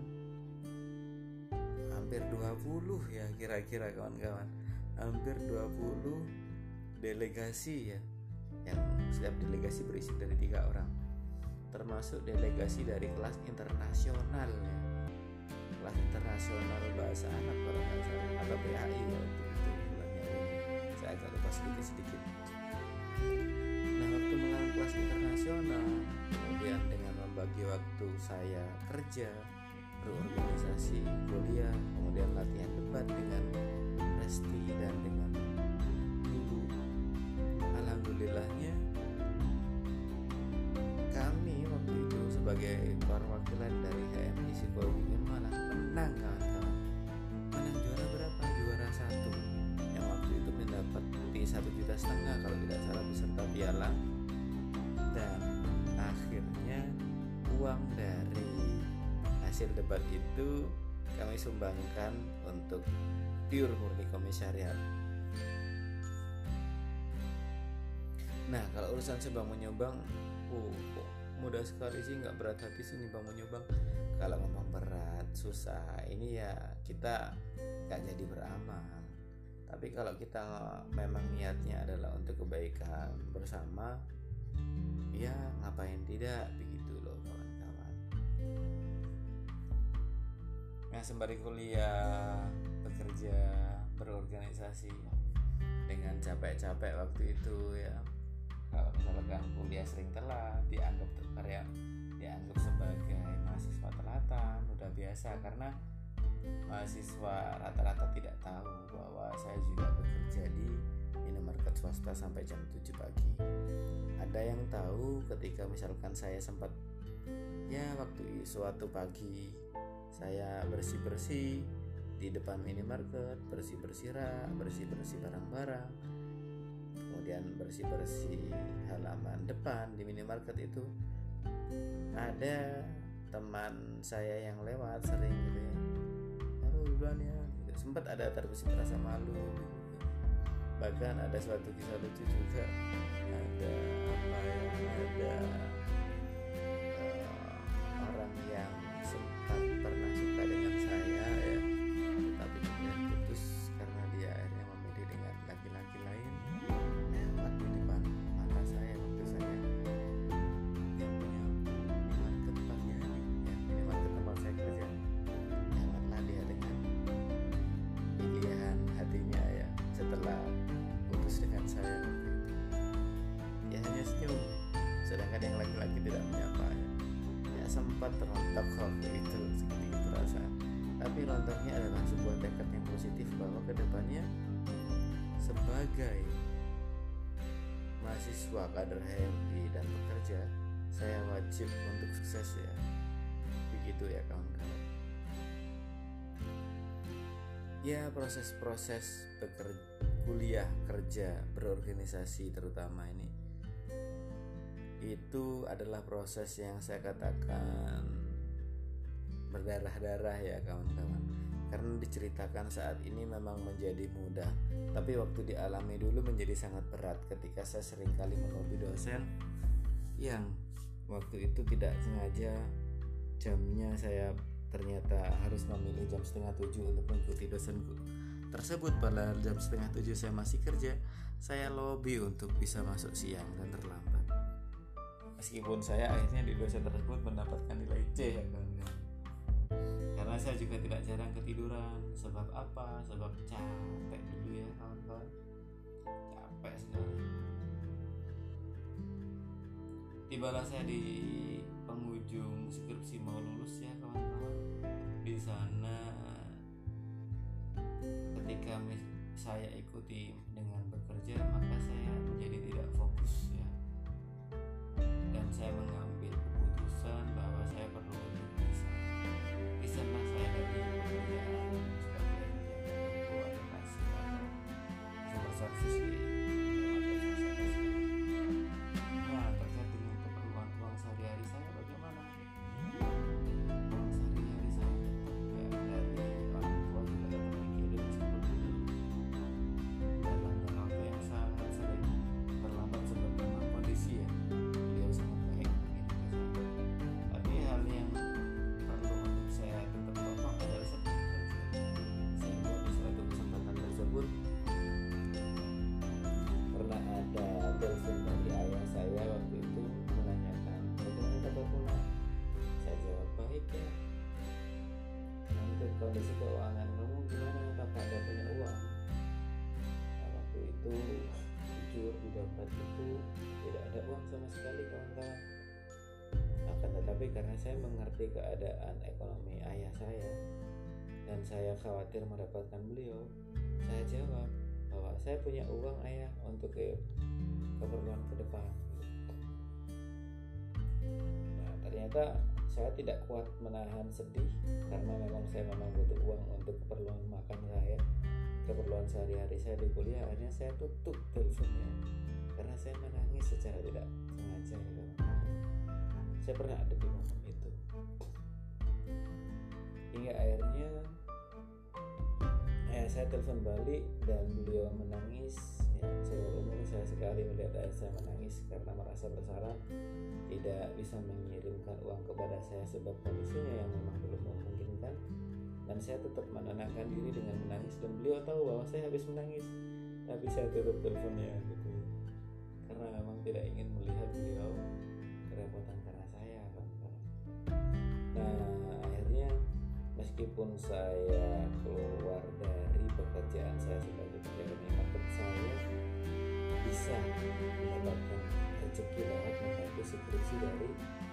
hampir 20 ya kira-kira kawan-kawan, hampir 20 delegasi ya, yang setiap delegasi berisi dari 3 orang, termasuk delegasi dari kelas internasional ya, kelas internasional bahasa anak kalau nggak salah, atau PAI ya waktu itu bulannya ini, saya agak lupa sedikit. Nah waktu melawan kelas internasional, kemudian dengan membagi waktu saya kerja, berorganisasi, kuliah, kemudian latihan debat dengan Resti dan dengan Ibu. Alhamdulillahnya kami waktu itu sebagai perwakilan dari HMI Psikologi malah menang, kawan-kawan. Menang juara berapa? Juara 1, yang waktu itu mendapati 1,5 juta kalau tidak salah beserta piala. Dan akhirnya uang dari hasil debat itu kami sumbangkan untuk pure murni komisariat. Nah, kalau urusan sumbang menyumbang, kok mudah sekali sih, nggak berat hati sih nyumbang menyumbang. Kalau ngomong berat, susah, ini ya kita nggak jadi beramal. Tapi kalau kita memang niatnya adalah untuk kebaikan bersama, ya ngapain tidak, begitu loh kawan-kawan. Nah, sembari kuliah, bekerja, berorganisasi dengan capek-capek waktu itu ya. Kalau misalkan kuliah sering telat, dianggap sebagai mahasiswa telatan, udah biasa, karena mahasiswa rata-rata tidak tahu bahwa saya juga bekerja di minimarket swasta sampai jam 7 pagi. Ada yang tahu ketika misalkan saya sempat ya waktu suatu pagi saya bersih-bersih di depan minimarket, bersih-bersih rak, bersih-bersih barang-barang, kemudian bersih-bersih halaman depan di minimarket itu. Ada teman saya yang lewat sering gitu ya, halo duluan ya gitu. Sempat ada terbesit rasa malu gitu. Bahkan ada suatu kisah lucu juga, ada orang yang sempat pernah suka dengan saya ya, tetapi kemudian putus karena dia akhirnya memilih dengan laki-laki lain. Lewat di depan mata saya waktu saya yang punya minimarket pagi hari ya, minimarket tempat saya kerja. Lewatlah dia dengan pilihan hatinya ya, setelah putus dengan saya waktu itu. Ya hanya senyum, sedangkan yang laki-laki tidak menyapa ya. Sempat rontok waktu itu sedikit rasa, tapi rontoknya adalah sebuah tekad yang positif bahwa kedepannya sebagai mahasiswa kader HMI dan pekerja, saya wajib untuk sukses ya, begitu ya kawan-kawan. Ya, proses-proses kuliah, kerja, berorganisasi terutama ini, itu adalah proses yang saya katakan berdarah-darah ya kawan-kawan. Karena diceritakan saat ini memang menjadi mudah, tapi waktu dialami dulu menjadi sangat berat ketika saya seringkali melobi dosen yang waktu itu tidak sengaja jamnya saya ternyata harus memilih jam 6:30 untuk mengikuti dosenku tersebut. Padahal jam 6:30 saya masih kerja, saya lobby untuk bisa masuk siang dan terlambat. Meskipun saya akhirnya di dosen tersebut mendapatkan nilai C ya kawan-kawan. Karena saya juga tidak jarang ketiduran. Sebab apa? Sebab capek dulu ya kawan-kawan. Capek sekali. Tibalah saya di penghujung skripsi mau lulus ya kawan-kawan. Di sana ketika saya ikuti dengan bekerja, maka saya menjadi tidak fokus ya. Dan saya mengambil keputusan bahwa saya perlu untuk bisa. Di sana saya dari pekerjaan sebagai koordinasi atau super service di nah, terkait dengan keperluan uang sehari-hari saya bagaimana? Uang sehari-hari saya tetap dari orang tua juga tetap dikirim meskipun dalam waktu yang sangat sering terlambat sebab memang kondisi ya. Tapi hal yang perlu untuk saya tetap topang adalah sertifikat, sehingga di suatu kesempatan tersebut pernah ada telepon dari ayah saya waktu itu menanyakan bagaimana kabar pulang. Saya jawab baik ya. Untuk kondisi keuangan kamu gimana? Apakah ada punya uang? Nah, waktu itu jujur di dompet itu tidak ada uang sama sekali kawan-kawan. Akan tetapi karena saya mengerti keadaan ekonomi ayah saya dan saya khawatir merepotkan beliau, saya jawab bahwa saya punya uang ayah untuk keperluan ke depan. Nah, ternyata saya tidak kuat menahan sedih karena saya memang butuh uang untuk keperluan makan saya, keperluan sehari-hari saya di kuliah. Akhirnya saya tutup teleponnya karena saya menangis secara tidak sengaja. Saya pernah ada di momen itu, hingga akhirnya saya telepon balik dan beliau menangis. Seumur umur saya sekali melihat ayah saya menangis karena merasa bersalah tidak bisa mengirimkan uang kepada saya sebab kondisinya yang memang belum memungkinkan, dan saya tetap menenangkan diri dengan menangis, dan beliau tahu bahwa saya habis menangis tapi saya tutup teleponnya gitu, karena memang tidak ingin melihat beliau kerepotan karena saya kan. Nah, akhirnya meskipun saya keluar dari pekerjaan saya sebagai pejabat minimarket, saya bisa mendapatkan rezeki lewat membantu skripsi dari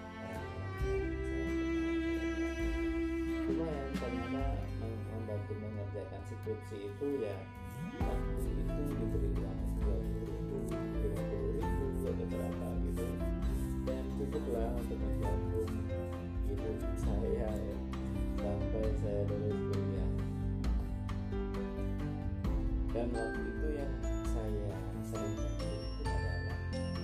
lumayan. Ternyata membantu mengerjakan skripsi itu ya waktu itu diberi uang 20.000, 50.000 atau berapa gitu, dan cukuplah untuk menggabung hidup saya ya sampai saya lulus kuliah. Dan waktu itu yang saya sering bantu itu adalah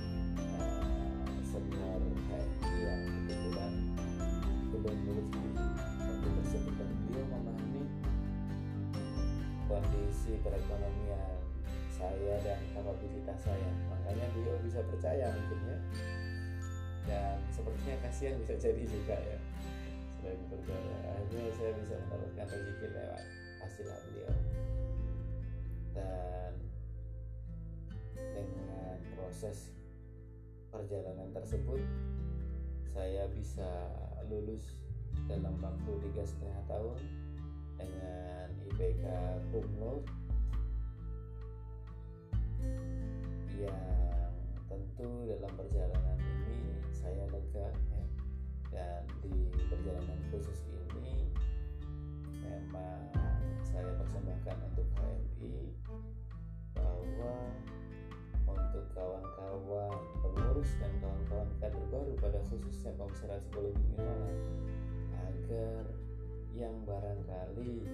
senior HMI yang kebetulan belum lulus di waktu tersebut, dan beliau memahami kondisi perekonomian saya dan kapabilitas saya, makanya beliau bisa percaya mungkin ya, dan sepertinya kasihan bisa jadi juga ya. Selain percaya, akhirnya saya bisa mendapatkan rezeki lewat hasil beliau. Dan dengan proses perjalanan tersebut, saya bisa lulus dalam waktu 3,5 tahun dengan IPK cum laude, yang tentu dalam perjalanan ini saya lega ya. Dan di perjalanan khusus ini memang saya persembahkan untuk HMI bahwa untuk kawan-kawan pengurus dan kawan-kawan kader baru pada khususnya Komisariat Psikologi Unmalang, agar yang barangkali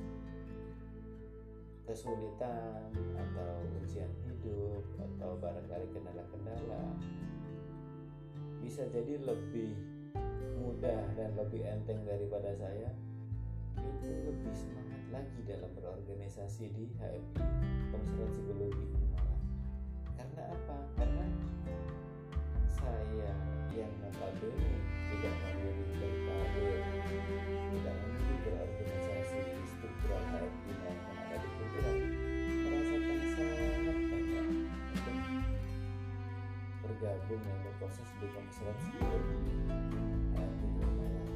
kesulitan atau ujian hidup atau barangkali kendala-kendala bisa jadi lebih mudah dan lebih enteng daripada saya, itu lebih semangat lagi dalam berorganisasi di HMI Komisariat Psikologi Unmalang. Karena apa? Karena saya yang notabene tidak memilih berkarir, tidak memilih berorganisasi di struktural HMI maupun ada di kultural, merasakan sangat banyak untuk bergabung dan berproses di Komisariat Psikologi HMI Unmalang.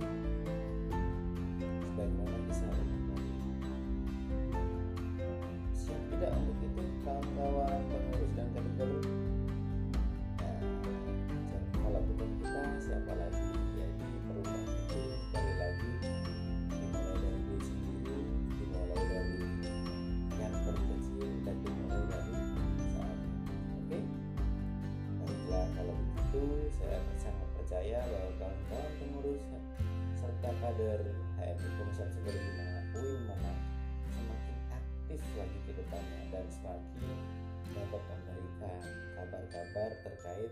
Sebagaimana kisah siap tidak untuk itu kawan-kawan pengurus dan kader baru. Kalau bukan kita, siapa lagi? Jadi perubahan itu sekali lagi dimulai dari diri sendiri, dimulai dari yang terkecil, dan dimulai dari saat ini. Oke? Baiklah, kalau begitu saya sangat percaya bahwa kawan-kawan pengurus serta kader HMI Komisariat Psikologi Unmalang semakin aktif lagi ke depannya dan semakin dapat memberikan kabar-kabar terkait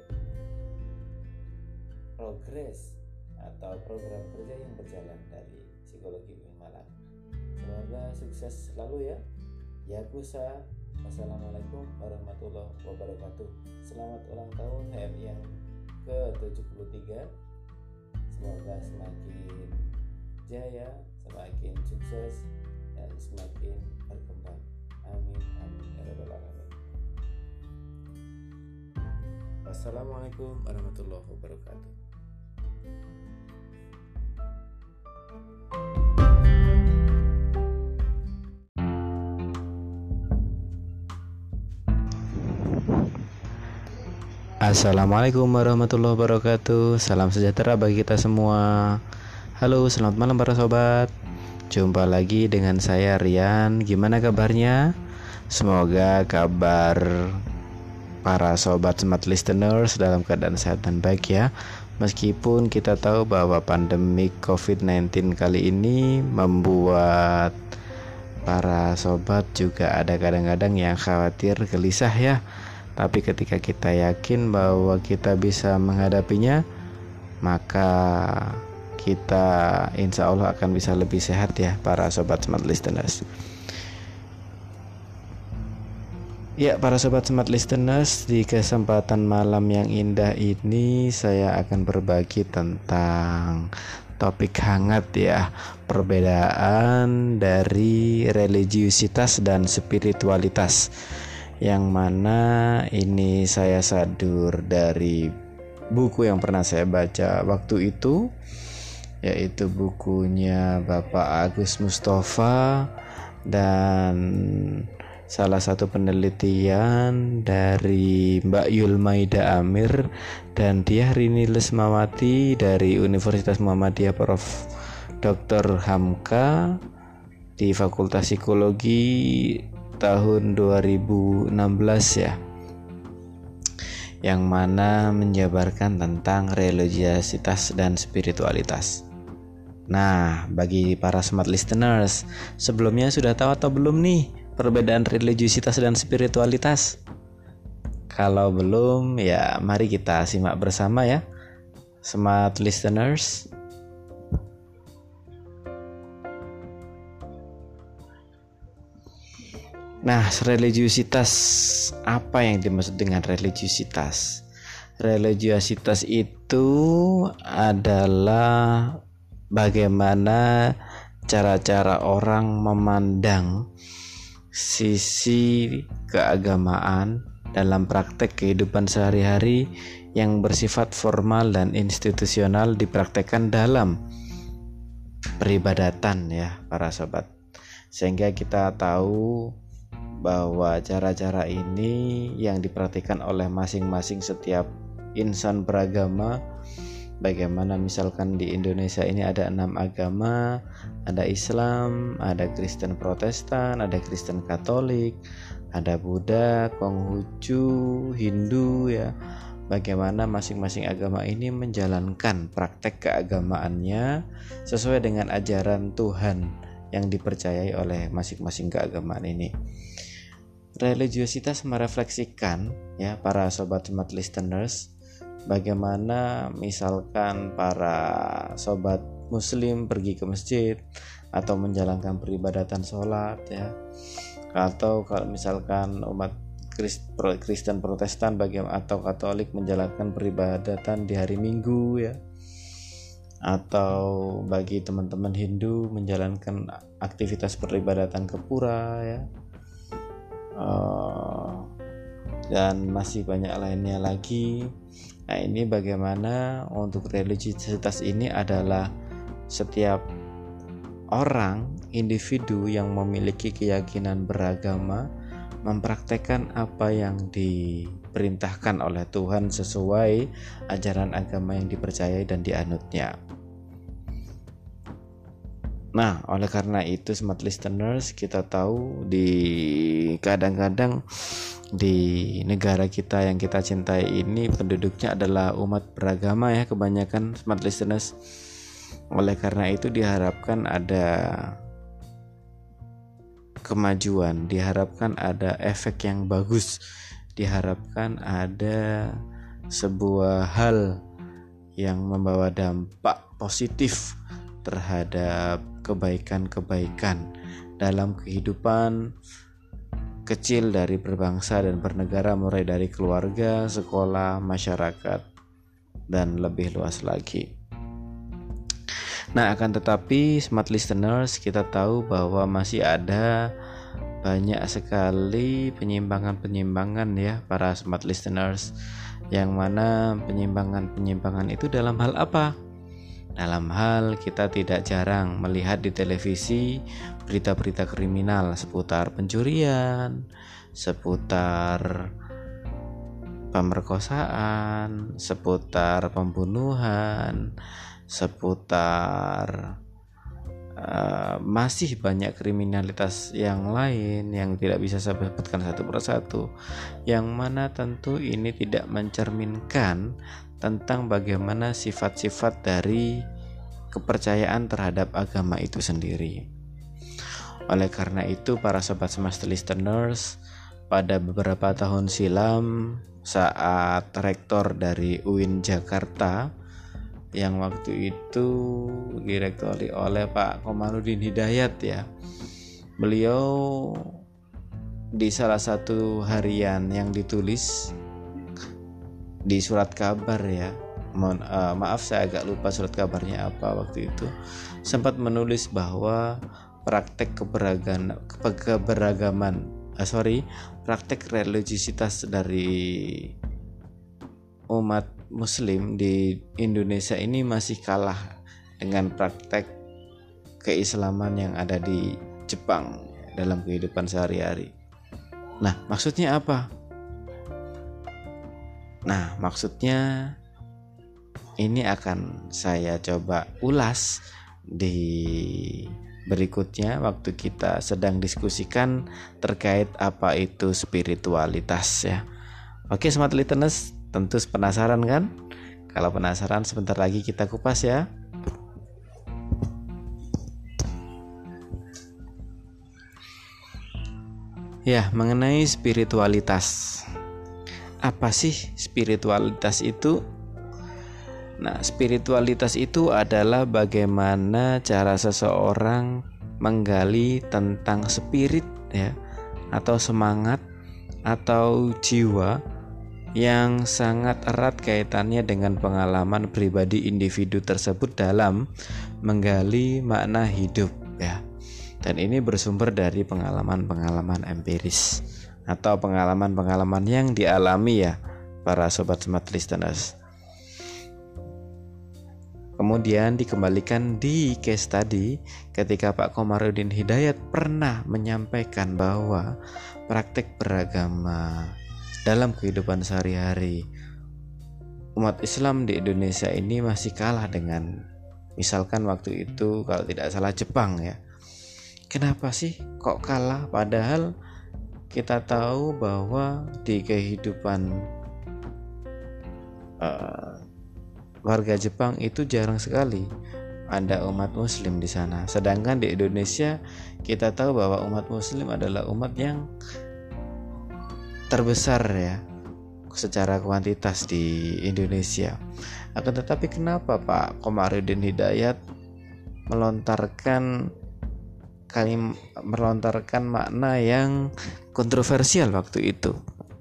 progres atau program kerja yang berjalan dari Psikologi Unmalang. Semoga sukses selalu ya. Yakusa. Wassalamualaikum warahmatullahi wabarakatuh. Selamat ulang tahun HMI yang ke-73. Semoga semakin jaya, semakin sukses, dan semakin berkembang. Amin, amin, ya rabbal alamin. Wassalamualaikum warahmatullahi wabarakatuh. Assalamualaikum warahmatullahi wabarakatuh. Salam sejahtera bagi kita semua. Halo, selamat malam para sobat. Jumpa lagi dengan saya Rian. Gimana kabarnya? Semoga kabar para sobat smart listeners dalam keadaan sehat dan baik ya. Meskipun kita tahu bahwa pandemi COVID-19 kali ini membuat para sobat juga ada kadang-kadang yang khawatir, gelisah ya. Tapi ketika kita yakin bahwa kita bisa menghadapinya, maka kita insya Allah akan bisa lebih sehat ya para sobat smart listeners. Ya para sobat smart listeners, di kesempatan malam yang indah ini saya akan berbagi tentang topik hangat ya, perbedaan dari religiusitas dan spiritualitas, yang mana ini saya sadur dari buku yang pernah saya baca waktu itu, yaitu bukunya Bapak Agus Mustafa dan salah satu penelitian dari Mbak Yulmaida Amir dan Diah Rini Lesmawati dari Universitas Muhammadiyah Prof. Dr. Hamka di Fakultas Psikologi tahun 2016 ya, yang mana menjabarkan tentang religiositas dan spiritualitas. Nah, bagi para smart listeners, sebelumnya sudah tahu atau belum nih perbedaan religiusitas dan spiritualitas? Kalau belum, ya mari kita simak bersama ya, smart listeners. Nah, religiusitas, apa yang dimaksud dengan religiusitas? Religiusitas itu adalah bagaimana cara-cara orang memandang sisi keagamaan dalam praktek kehidupan sehari-hari yang bersifat formal dan institusional dipraktekkan dalam peribadatan ya para sobat. Sehingga kita tahu bahwa cara-cara ini yang diperhatikan oleh masing-masing setiap insan beragama. Bagaimana misalkan di Indonesia ini ada 6 agama, ada Islam, ada Kristen Protestan, ada Kristen Katolik, ada Buddha, Konghucu, Hindu ya. Bagaimana masing-masing agama ini menjalankan praktek keagamaannya sesuai dengan ajaran Tuhan yang dipercayai oleh masing-masing keagamaan ini. Religiositas merefleksikan ya para sobat smart listeners, bagaimana misalkan para sobat muslim pergi ke masjid atau menjalankan peribadatan sholat ya, atau kalau misalkan umat Kristen Protestan atau Katolik menjalankan peribadatan di hari Minggu ya, atau bagi teman-teman Hindu menjalankan aktivitas peribadatan ke pura ya, dan masih banyak lainnya lagi. Nah, ini bagaimana untuk religiositas ini adalah setiap orang, individu yang memiliki keyakinan beragama mempraktekkan apa yang diperintahkan oleh Tuhan sesuai ajaran agama yang dipercayai dan dianutnya. Nah, oleh karena itu smart listeners, kita tahu di kadang-kadang di negara kita yang kita cintai ini penduduknya adalah umat beragama ya, kebanyakan smart listeners. Oleh karena itu diharapkan ada kemajuan, diharapkan ada efek yang bagus, diharapkan ada sebuah hal yang membawa dampak positif terhadap kebaikan-kebaikan dalam kehidupan kecil dari berbangsa dan bernegara, mulai dari keluarga, sekolah, masyarakat, dan lebih luas lagi. Nah, akan tetapi smart listeners, kita tahu bahwa masih ada banyak sekali penyimpangan-penyimpangan ya para smart listeners, yang mana penyimpangan-penyimpangan itu dalam hal apa? Dalam hal kita tidak jarang melihat di televisi berita-berita kriminal seputar pencurian, seputar pemerkosaan, seputar pembunuhan, seputar masih banyak kriminalitas yang lain yang tidak bisa saya sebutkan satu persatu, yang mana tentu ini tidak mencerminkan tentang bagaimana sifat-sifat dari kepercayaan terhadap agama itu sendiri. Oleh karena itu, para sobat smart listeners, pada beberapa tahun silam saat rektor dari UIN Jakarta yang waktu itu direktori oleh Pak Komarudin Hidayat ya, beliau di salah satu harian yang ditulis di surat kabar ya, maaf saya agak lupa surat kabarnya apa waktu itu, sempat menulis bahwa praktek praktek religiositas dari umat Muslim di Indonesia ini masih kalah dengan praktek keislaman yang ada di Jepang dalam kehidupan sehari-hari. Nah, maksudnya apa? Nah, maksudnya ini akan saya coba ulas di berikutnya waktu kita sedang diskusikan terkait apa itu spiritualitas ya. Oke, smart listeners, tentu penasaran kan? Kalau penasaran, sebentar lagi kita kupas ya. Ya, mengenai spiritualitas. Apa sih spiritualitas itu? Nah, spiritualitas itu adalah bagaimana cara seseorang menggali tentang spirit ya, atau semangat atau jiwa yang sangat erat kaitannya dengan pengalaman pribadi individu tersebut dalam menggali makna hidup ya. Dan ini bersumber dari pengalaman-pengalaman empiris atau pengalaman-pengalaman yang dialami ya para sobat smart listeners. Kemudian dikembalikan di case tadi ketika Pak Komarudin Hidayat pernah menyampaikan bahwa praktek beragama dalam kehidupan sehari-hari umat Islam di Indonesia ini masih kalah dengan misalkan waktu itu kalau tidak salah Jepang ya. Kenapa sih kok kalah, padahal kita tahu bahwa di kehidupan warga Jepang itu jarang sekali ada umat Muslim di sana. Sedangkan di Indonesia kita tahu bahwa umat Muslim adalah umat yang terbesar ya secara kuantitas di Indonesia. Akan tetapi kenapa Pak Komarudin Hidayat melontarkan makna yang kontroversial waktu itu?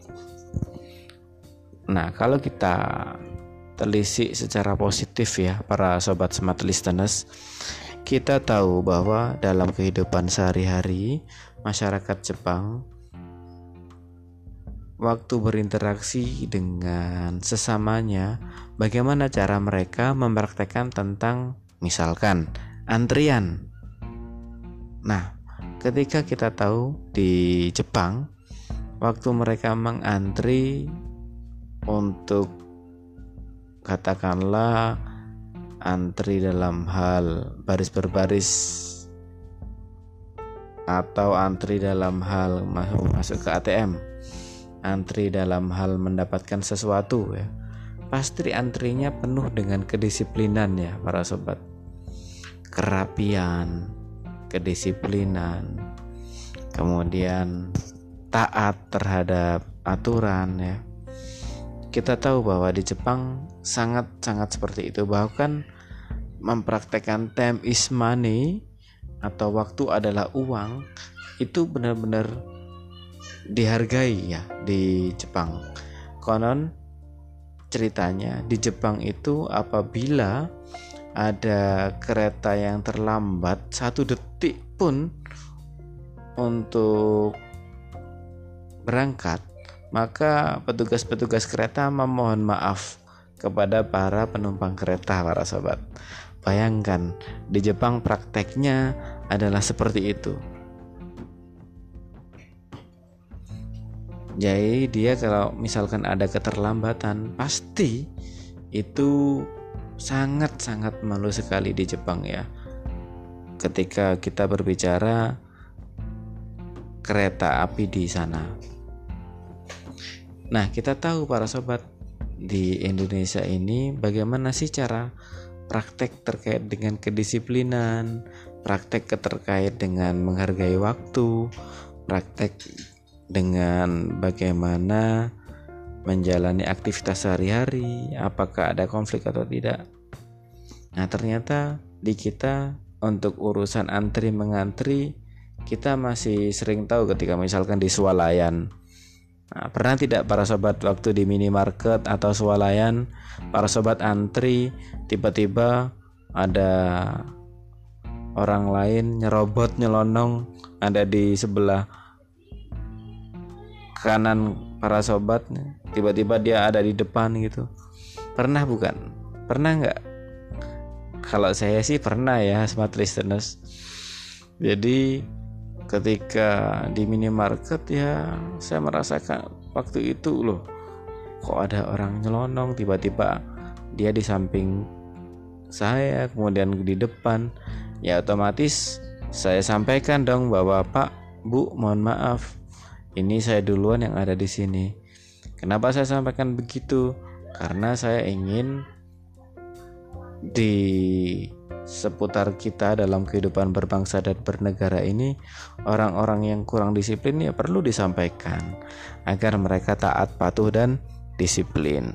Nah, kalau kita telisik secara positif ya para sobat smart listeners, kita tahu bahwa dalam kehidupan sehari-hari masyarakat Jepang waktu berinteraksi dengan sesamanya, bagaimana cara mereka mempraktekkan tentang misalkan antrian. Nah, ketika kita tahu di Jepang waktu mereka mengantri untuk katakanlah antri dalam hal baris berbaris atau antri dalam hal masuk ke ATM, antri dalam hal mendapatkan sesuatu ya, pasti antrinya penuh dengan kedisiplinan ya para sobat, kerapian, kedisiplinan, kemudian taat terhadap aturan ya. Kita tahu bahwa di Jepang sangat-sangat seperti itu, bahkan mempraktekkan time is money atau waktu adalah uang itu benar-benar dihargai ya di Jepang. Konon ceritanya di Jepang itu apabila ada kereta yang terlambat 1 detik pun untuk berangkat, maka petugas-petugas kereta memohon maaf kepada para penumpang kereta para sobat. Bayangkan di Jepang prakteknya adalah seperti itu. Jadi dia kalau misalkan ada keterlambatan, pasti itu sangat-sangat malu sekali di Jepang ya. Ketika kita berbicara kereta api di sana. Nah, kita tahu para sobat, di Indonesia ini bagaimana sih cara praktek terkait dengan kedisiplinan, praktek terkait dengan menghargai waktu, praktek dengan bagaimana menjalani aktivitas sehari-hari, apakah ada konflik atau tidak. Nah, ternyata di kita untuk urusan antri mengantri, kita masih sering tahu ketika misalkan di swalayan. Nah, pernah tidak para sobat waktu di minimarket atau swalayan, para sobat antri, tiba-tiba ada orang lain nyerobot nyelonong ada di sebelah kanan para sobat, tiba-tiba dia ada di depan gitu. Pernah bukan? Pernah nggak? Kalau saya sih pernah ya, smart listeners. Jadi ketika di minimarket ya, saya merasakan waktu itu loh, kok ada orang nyelonong, tiba-tiba dia di samping saya, kemudian di depan. Ya otomatis saya sampaikan dong bahwa Pak, Bu, mohon maaf, ini saya duluan yang ada di sini. Kenapa saya sampaikan begitu? Karena saya ingin di seputar kita dalam kehidupan berbangsa dan bernegara ini, orang-orang yang kurang disiplin ya perlu disampaikan agar mereka taat, patuh, dan disiplin.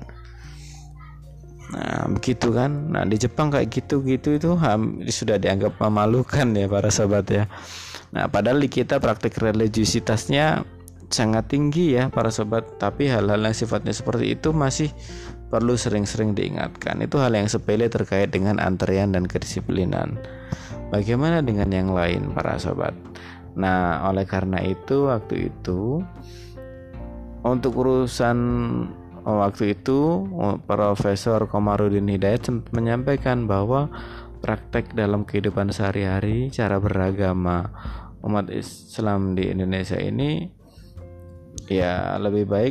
Nah begitu kan. Nah di Jepang kayak gitu-gitu itu sudah dianggap memalukan ya para sobat ya. Nah padahal di kita praktik religiusitasnya sangat tinggi ya para sobat, tapi hal-hal yang sifatnya seperti itu masih perlu sering-sering diingatkan. Itu hal yang sepele terkait dengan antrean dan kedisiplinan. Bagaimana dengan yang lain para sobat? Nah oleh karena itu waktu itu untuk urusan waktu itu Profesor Komarudin Hidayat menyampaikan bahwa praktek dalam kehidupan sehari-hari, cara beragama umat Islam di Indonesia ini ya lebih baik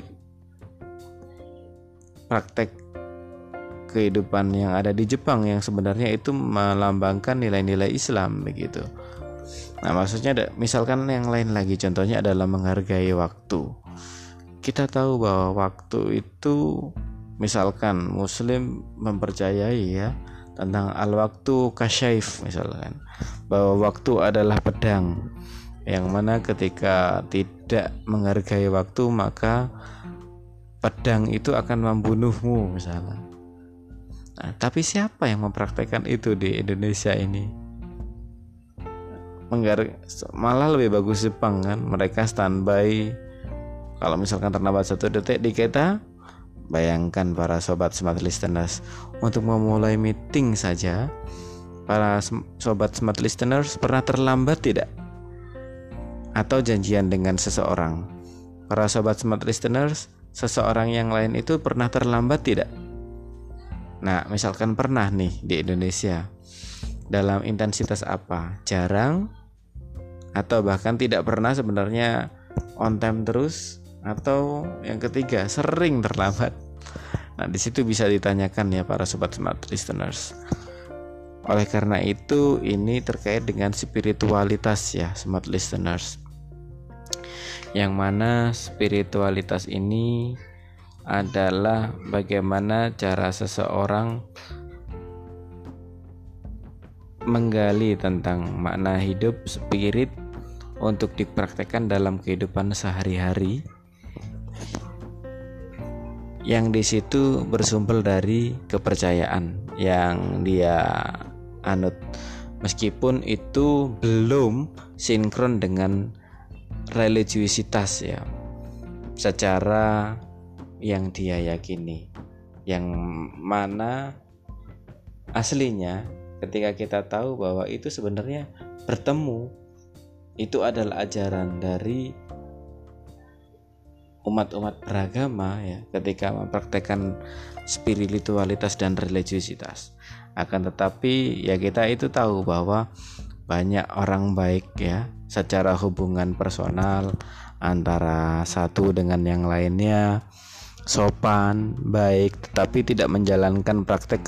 praktek kehidupan yang ada di Jepang yang sebenarnya itu melambangkan nilai-nilai Islam begitu. Nah maksudnya misalkan yang lain lagi, contohnya adalah menghargai waktu. Kita tahu bahwa waktu itu misalkan Muslim mempercayai ya tentang al-waktu kasyaif, misalkan bahwa waktu adalah pedang, yang mana ketika tidak menghargai waktu maka pedang itu akan membunuhmu misalnya. Nah, tapi siapa yang mempraktekkan itu di Indonesia ini? Malah lebih bagus Jepang kan, mereka standby. Kalau misalkan terlambat 1 detik di kereta, bayangkan para sobat smart listeners, untuk memulai meeting saja, para sobat smart listeners pernah terlambat tidak? Atau janjian dengan seseorang, para sobat smart listeners, seseorang yang lain itu pernah terlambat tidak? Nah misalkan pernah nih di Indonesia, dalam intensitas apa? Jarang, atau bahkan tidak pernah sebenarnya, on time terus, atau yang ketiga sering terlambat. Nah di situ bisa ditanyakan ya para sobat smart listeners. Oleh karena itu ini terkait dengan spiritualitas ya smart listeners, yang mana spiritualitas ini adalah bagaimana cara seseorang menggali tentang makna hidup spirit untuk dipraktekkan dalam kehidupan sehari-hari, yang di situ bersumber dari kepercayaan yang dia anut, meskipun itu belum sinkron dengan religiusitas ya, secara yang dia yakini, yang mana aslinya ketika kita tahu bahwa itu sebenarnya bertemu, itu adalah ajaran dari umat-umat beragama ya, ketika mempraktekkan spiritualitas dan religiusitas. Akan tetapi ya kita itu tahu bahwa banyak orang baik ya, secara hubungan personal antara satu dengan yang lainnya, sopan, baik, tetapi tidak menjalankan praktek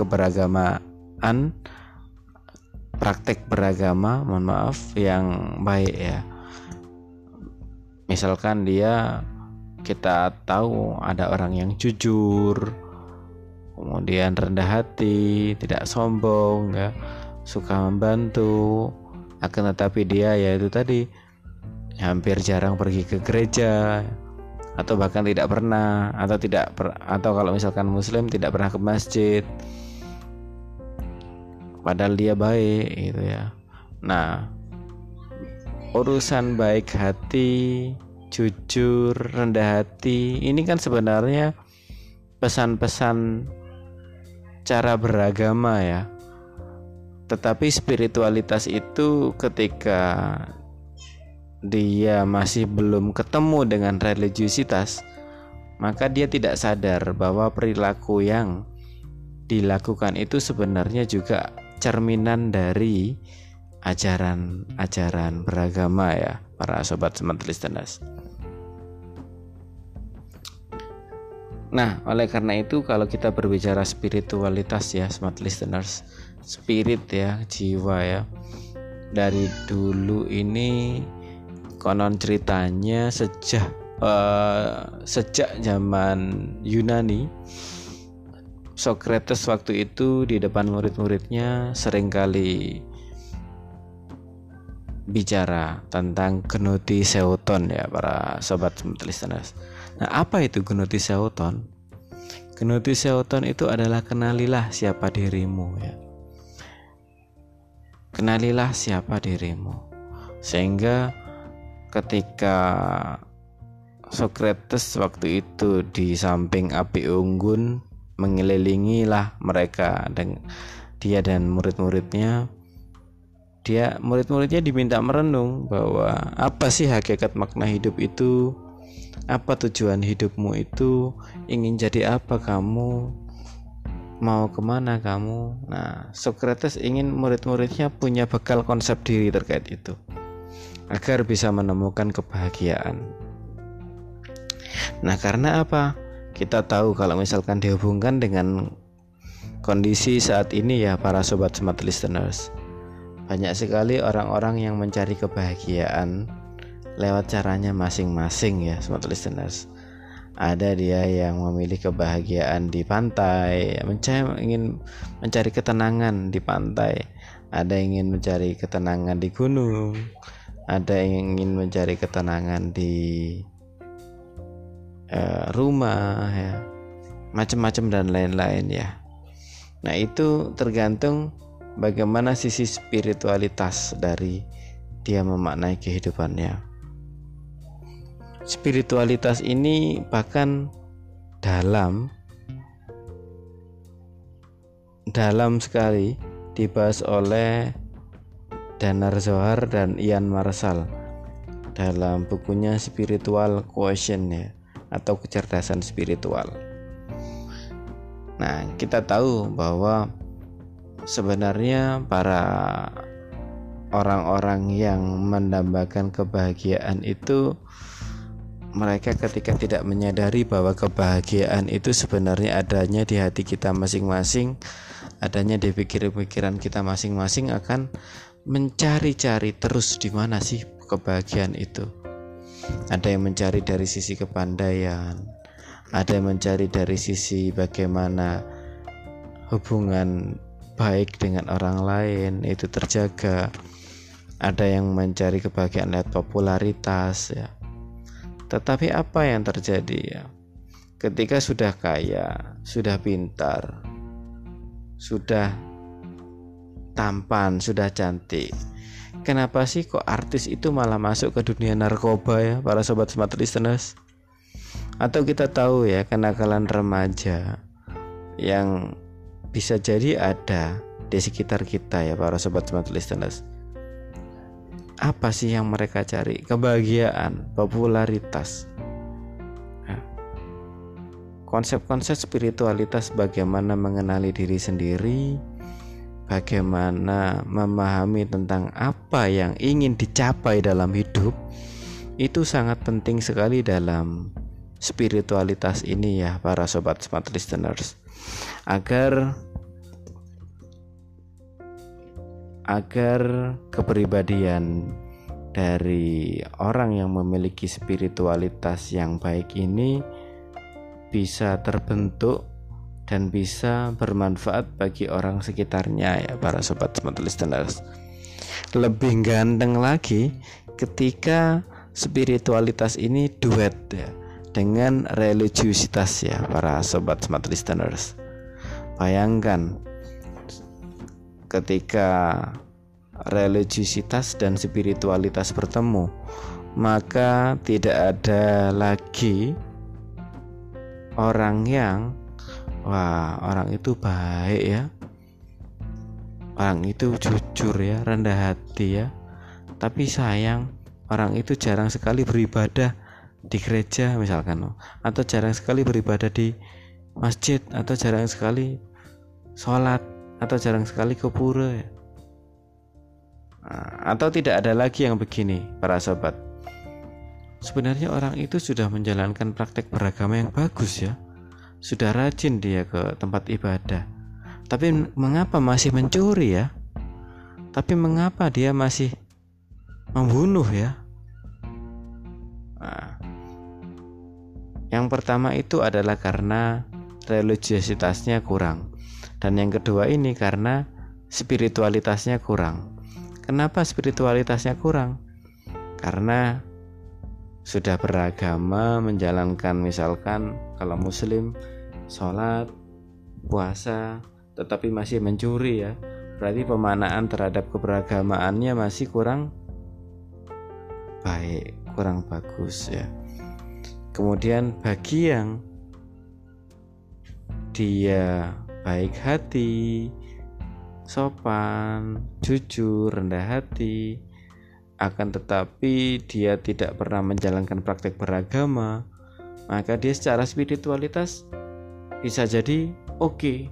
beragama, yang baik ya. Misalkan kita tahu ada orang yang jujur, kemudian rendah hati, tidak sombong ya, suka membantu, akan tetapi dia ya itu tadi hampir jarang pergi ke gereja, atau bahkan tidak pernah, atau kalau misalkan muslim tidak pernah ke masjid, padahal dia baik gitu ya. Nah, urusan baik hati, jujur, rendah hati, ini kan sebenarnya pesan-pesan cara beragama ya. Tetapi spiritualitas itu ketika dia masih belum ketemu dengan religiusitas, maka dia tidak sadar bahwa perilaku yang dilakukan itu sebenarnya juga cerminan dari ajaran beragama ya, para sobat smart listeners. Nah, oleh karena itu kalau kita berbicara spiritualitas ya smart listeners, spirit ya, jiwa ya, dari dulu ini konon ceritanya sejak zaman Yunani, Socrates waktu itu di depan murid-muridnya seringkali bicara tentang gnotiseuton ya, para sobat listeners. Nah, apa itu gnotiseuton? Gnotiseuton itu adalah kenalilah siapa dirimu ya. Kenalilah siapa dirimu. Sehingga ketika Socrates waktu itu di samping api unggun mengelilingilah mereka, dan dia dan muridnya diminta merenung bahwa apa sih hakikat makna hidup itu, apa tujuan hidupmu itu, ingin jadi apa kamu, mau kemana kamu. Nah, Socrates ingin murid-muridnya punya bekal konsep diri terkait itu agar bisa menemukan kebahagiaan. Nah, karena apa? Kita tahu kalau misalkan dihubungkan dengan kondisi saat ini ya, para sobat smart listeners, banyak sekali orang-orang yang mencari kebahagiaan lewat caranya masing-masing ya, smart listeners. Ada dia yang memilih kebahagiaan di pantai, ingin mencari ketenangan di pantai. Ada yang ingin mencari ketenangan di gunung. Ada yang ingin mencari ketenangan di rumah ya, macam-macam dan lain-lain ya. Nah, itu tergantung bagaimana sisi spiritualitas dari dia memaknai kehidupannya. Spiritualitas ini bahkan dalam sekali dibahas oleh Danar Zohar dan Ian Marshall dalam bukunya Spiritual Quotient ya, atau kecerdasan spiritual. Nah, kita tahu bahwa sebenarnya para orang-orang yang mendambakan kebahagiaan itu, mereka ketika tidak menyadari bahwa kebahagiaan itu sebenarnya adanya di hati kita masing-masing, adanya di pikiran kita masing-masing, akan mencari-cari terus di mana sih kebahagiaan itu. Ada yang mencari dari sisi kepandaian, ada yang mencari dari sisi bagaimana hubungan baik dengan orang lain itu terjaga, ada yang mencari kebahagiaan lewat popularitas ya. Tetapi apa yang terjadi ya, ketika sudah kaya, sudah pintar, sudah tampan, sudah cantik, kenapa sih kok artis itu malah masuk ke dunia narkoba ya, para sobat smart listeners? Atau kita tahu ya, kenakalan remaja yang bisa jadi ada di sekitar kita ya, para sobat smart listeners. Apa sih yang mereka cari? Kebahagiaan, popularitas. Nah, konsep-konsep spiritualitas bagaimana mengenali diri sendiri, bagaimana memahami tentang apa yang ingin dicapai dalam hidup, itu sangat penting sekali dalam spiritualitas ini ya para sobat smart listeners, agar kepribadian dari orang yang memiliki spiritualitas yang baik ini bisa terbentuk dan bisa bermanfaat bagi orang sekitarnya ya para sobat smart listeners. Lebih ganteng lagi ketika spiritualitas ini duet ya dengan religiusitas ya para sobat smart listeners. Bayangkan ketika religiusitas dan spiritualitas bertemu, maka tidak ada lagi orang yang orang itu baik ya, orang itu jujur ya, rendah hati ya, tapi sayang orang itu jarang sekali beribadah di gereja misalkan, atau jarang sekali beribadah di masjid, atau jarang sekali sholat, atau jarang sekali ke pura ya. Atau tidak ada lagi yang begini para sobat, sebenarnya orang itu sudah menjalankan praktek beragama yang bagus ya, sudah rajin dia ke tempat ibadah, tapi mengapa masih mencuri ya, tapi mengapa dia masih membunuh ya. Yang pertama itu adalah karena religiositasnya kurang, dan yang kedua ini karena spiritualitasnya kurang. Kenapa spiritualitasnya kurang? Karena sudah beragama, menjalankan misalkan kalau muslim sholat, puasa, tetapi masih mencuri ya, berarti pemaknaan terhadap keberagamaannya masih kurang baik, kurang bagus ya. Kemudian bagi yang dia baik hati, sopan, jujur, rendah hati, akan tetapi dia tidak pernah menjalankan praktek beragama, maka dia secara spiritualitas bisa jadi oke,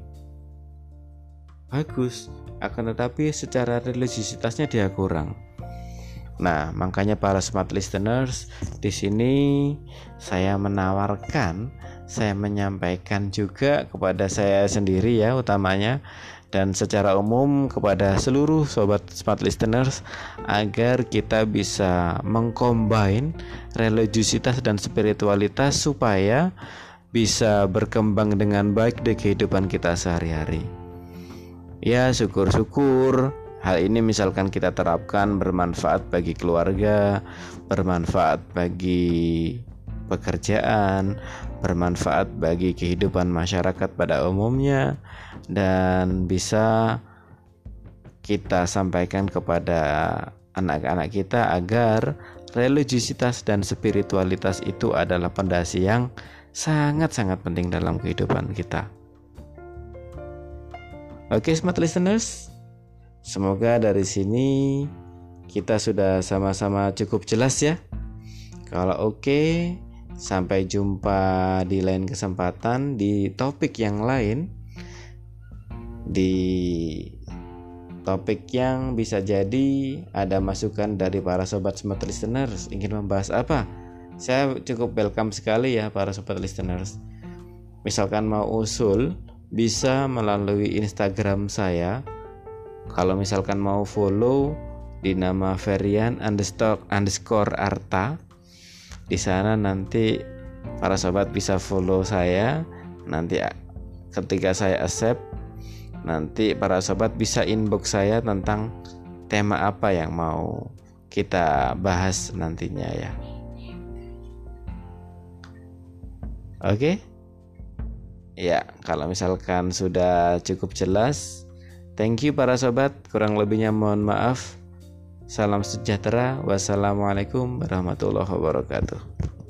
bagus, akan tetapi secara religiositasnya dia kurang. Nah, makanya para smart listeners, di sini saya menawarkan, saya menyampaikan juga kepada saya sendiri ya utamanya, dan secara umum kepada seluruh sobat smart listeners, agar kita bisa mengcombine religiusitas dan spiritualitas supaya bisa berkembang dengan baik di kehidupan kita sehari-hari. Ya, syukur-syukur hal ini misalkan kita terapkan bermanfaat bagi keluarga, bermanfaat bagi pekerjaan, bermanfaat bagi kehidupan masyarakat pada umumnya, dan bisa kita sampaikan kepada anak-anak kita agar religiusitas dan spiritualitas itu adalah pondasi yang sangat-sangat penting dalam kehidupan kita. Oke, smart listeners, semoga dari sini kita sudah sama-sama cukup jelas ya. Kalau oke, sampai jumpa di lain kesempatan di topik yang lain, di topik yang bisa jadi ada masukan dari para sobat smart listeners ingin membahas apa. Saya cukup welcome sekali ya para sobat listeners. Misalkan mau usul, bisa melalui Instagram saya. Kalau misalkan mau follow di nama Ferian__Arta, di sana nanti para sobat bisa follow saya. Nanti ketika saya accept, nanti para sobat bisa inbox saya tentang tema apa yang mau kita bahas nantinya ya. Oke? Ya, kalau misalkan sudah cukup jelas, thank you para sobat. Kurang lebihnya mohon maaf. Salam sejahtera. Wassalamualaikum warahmatullahi wabarakatuh.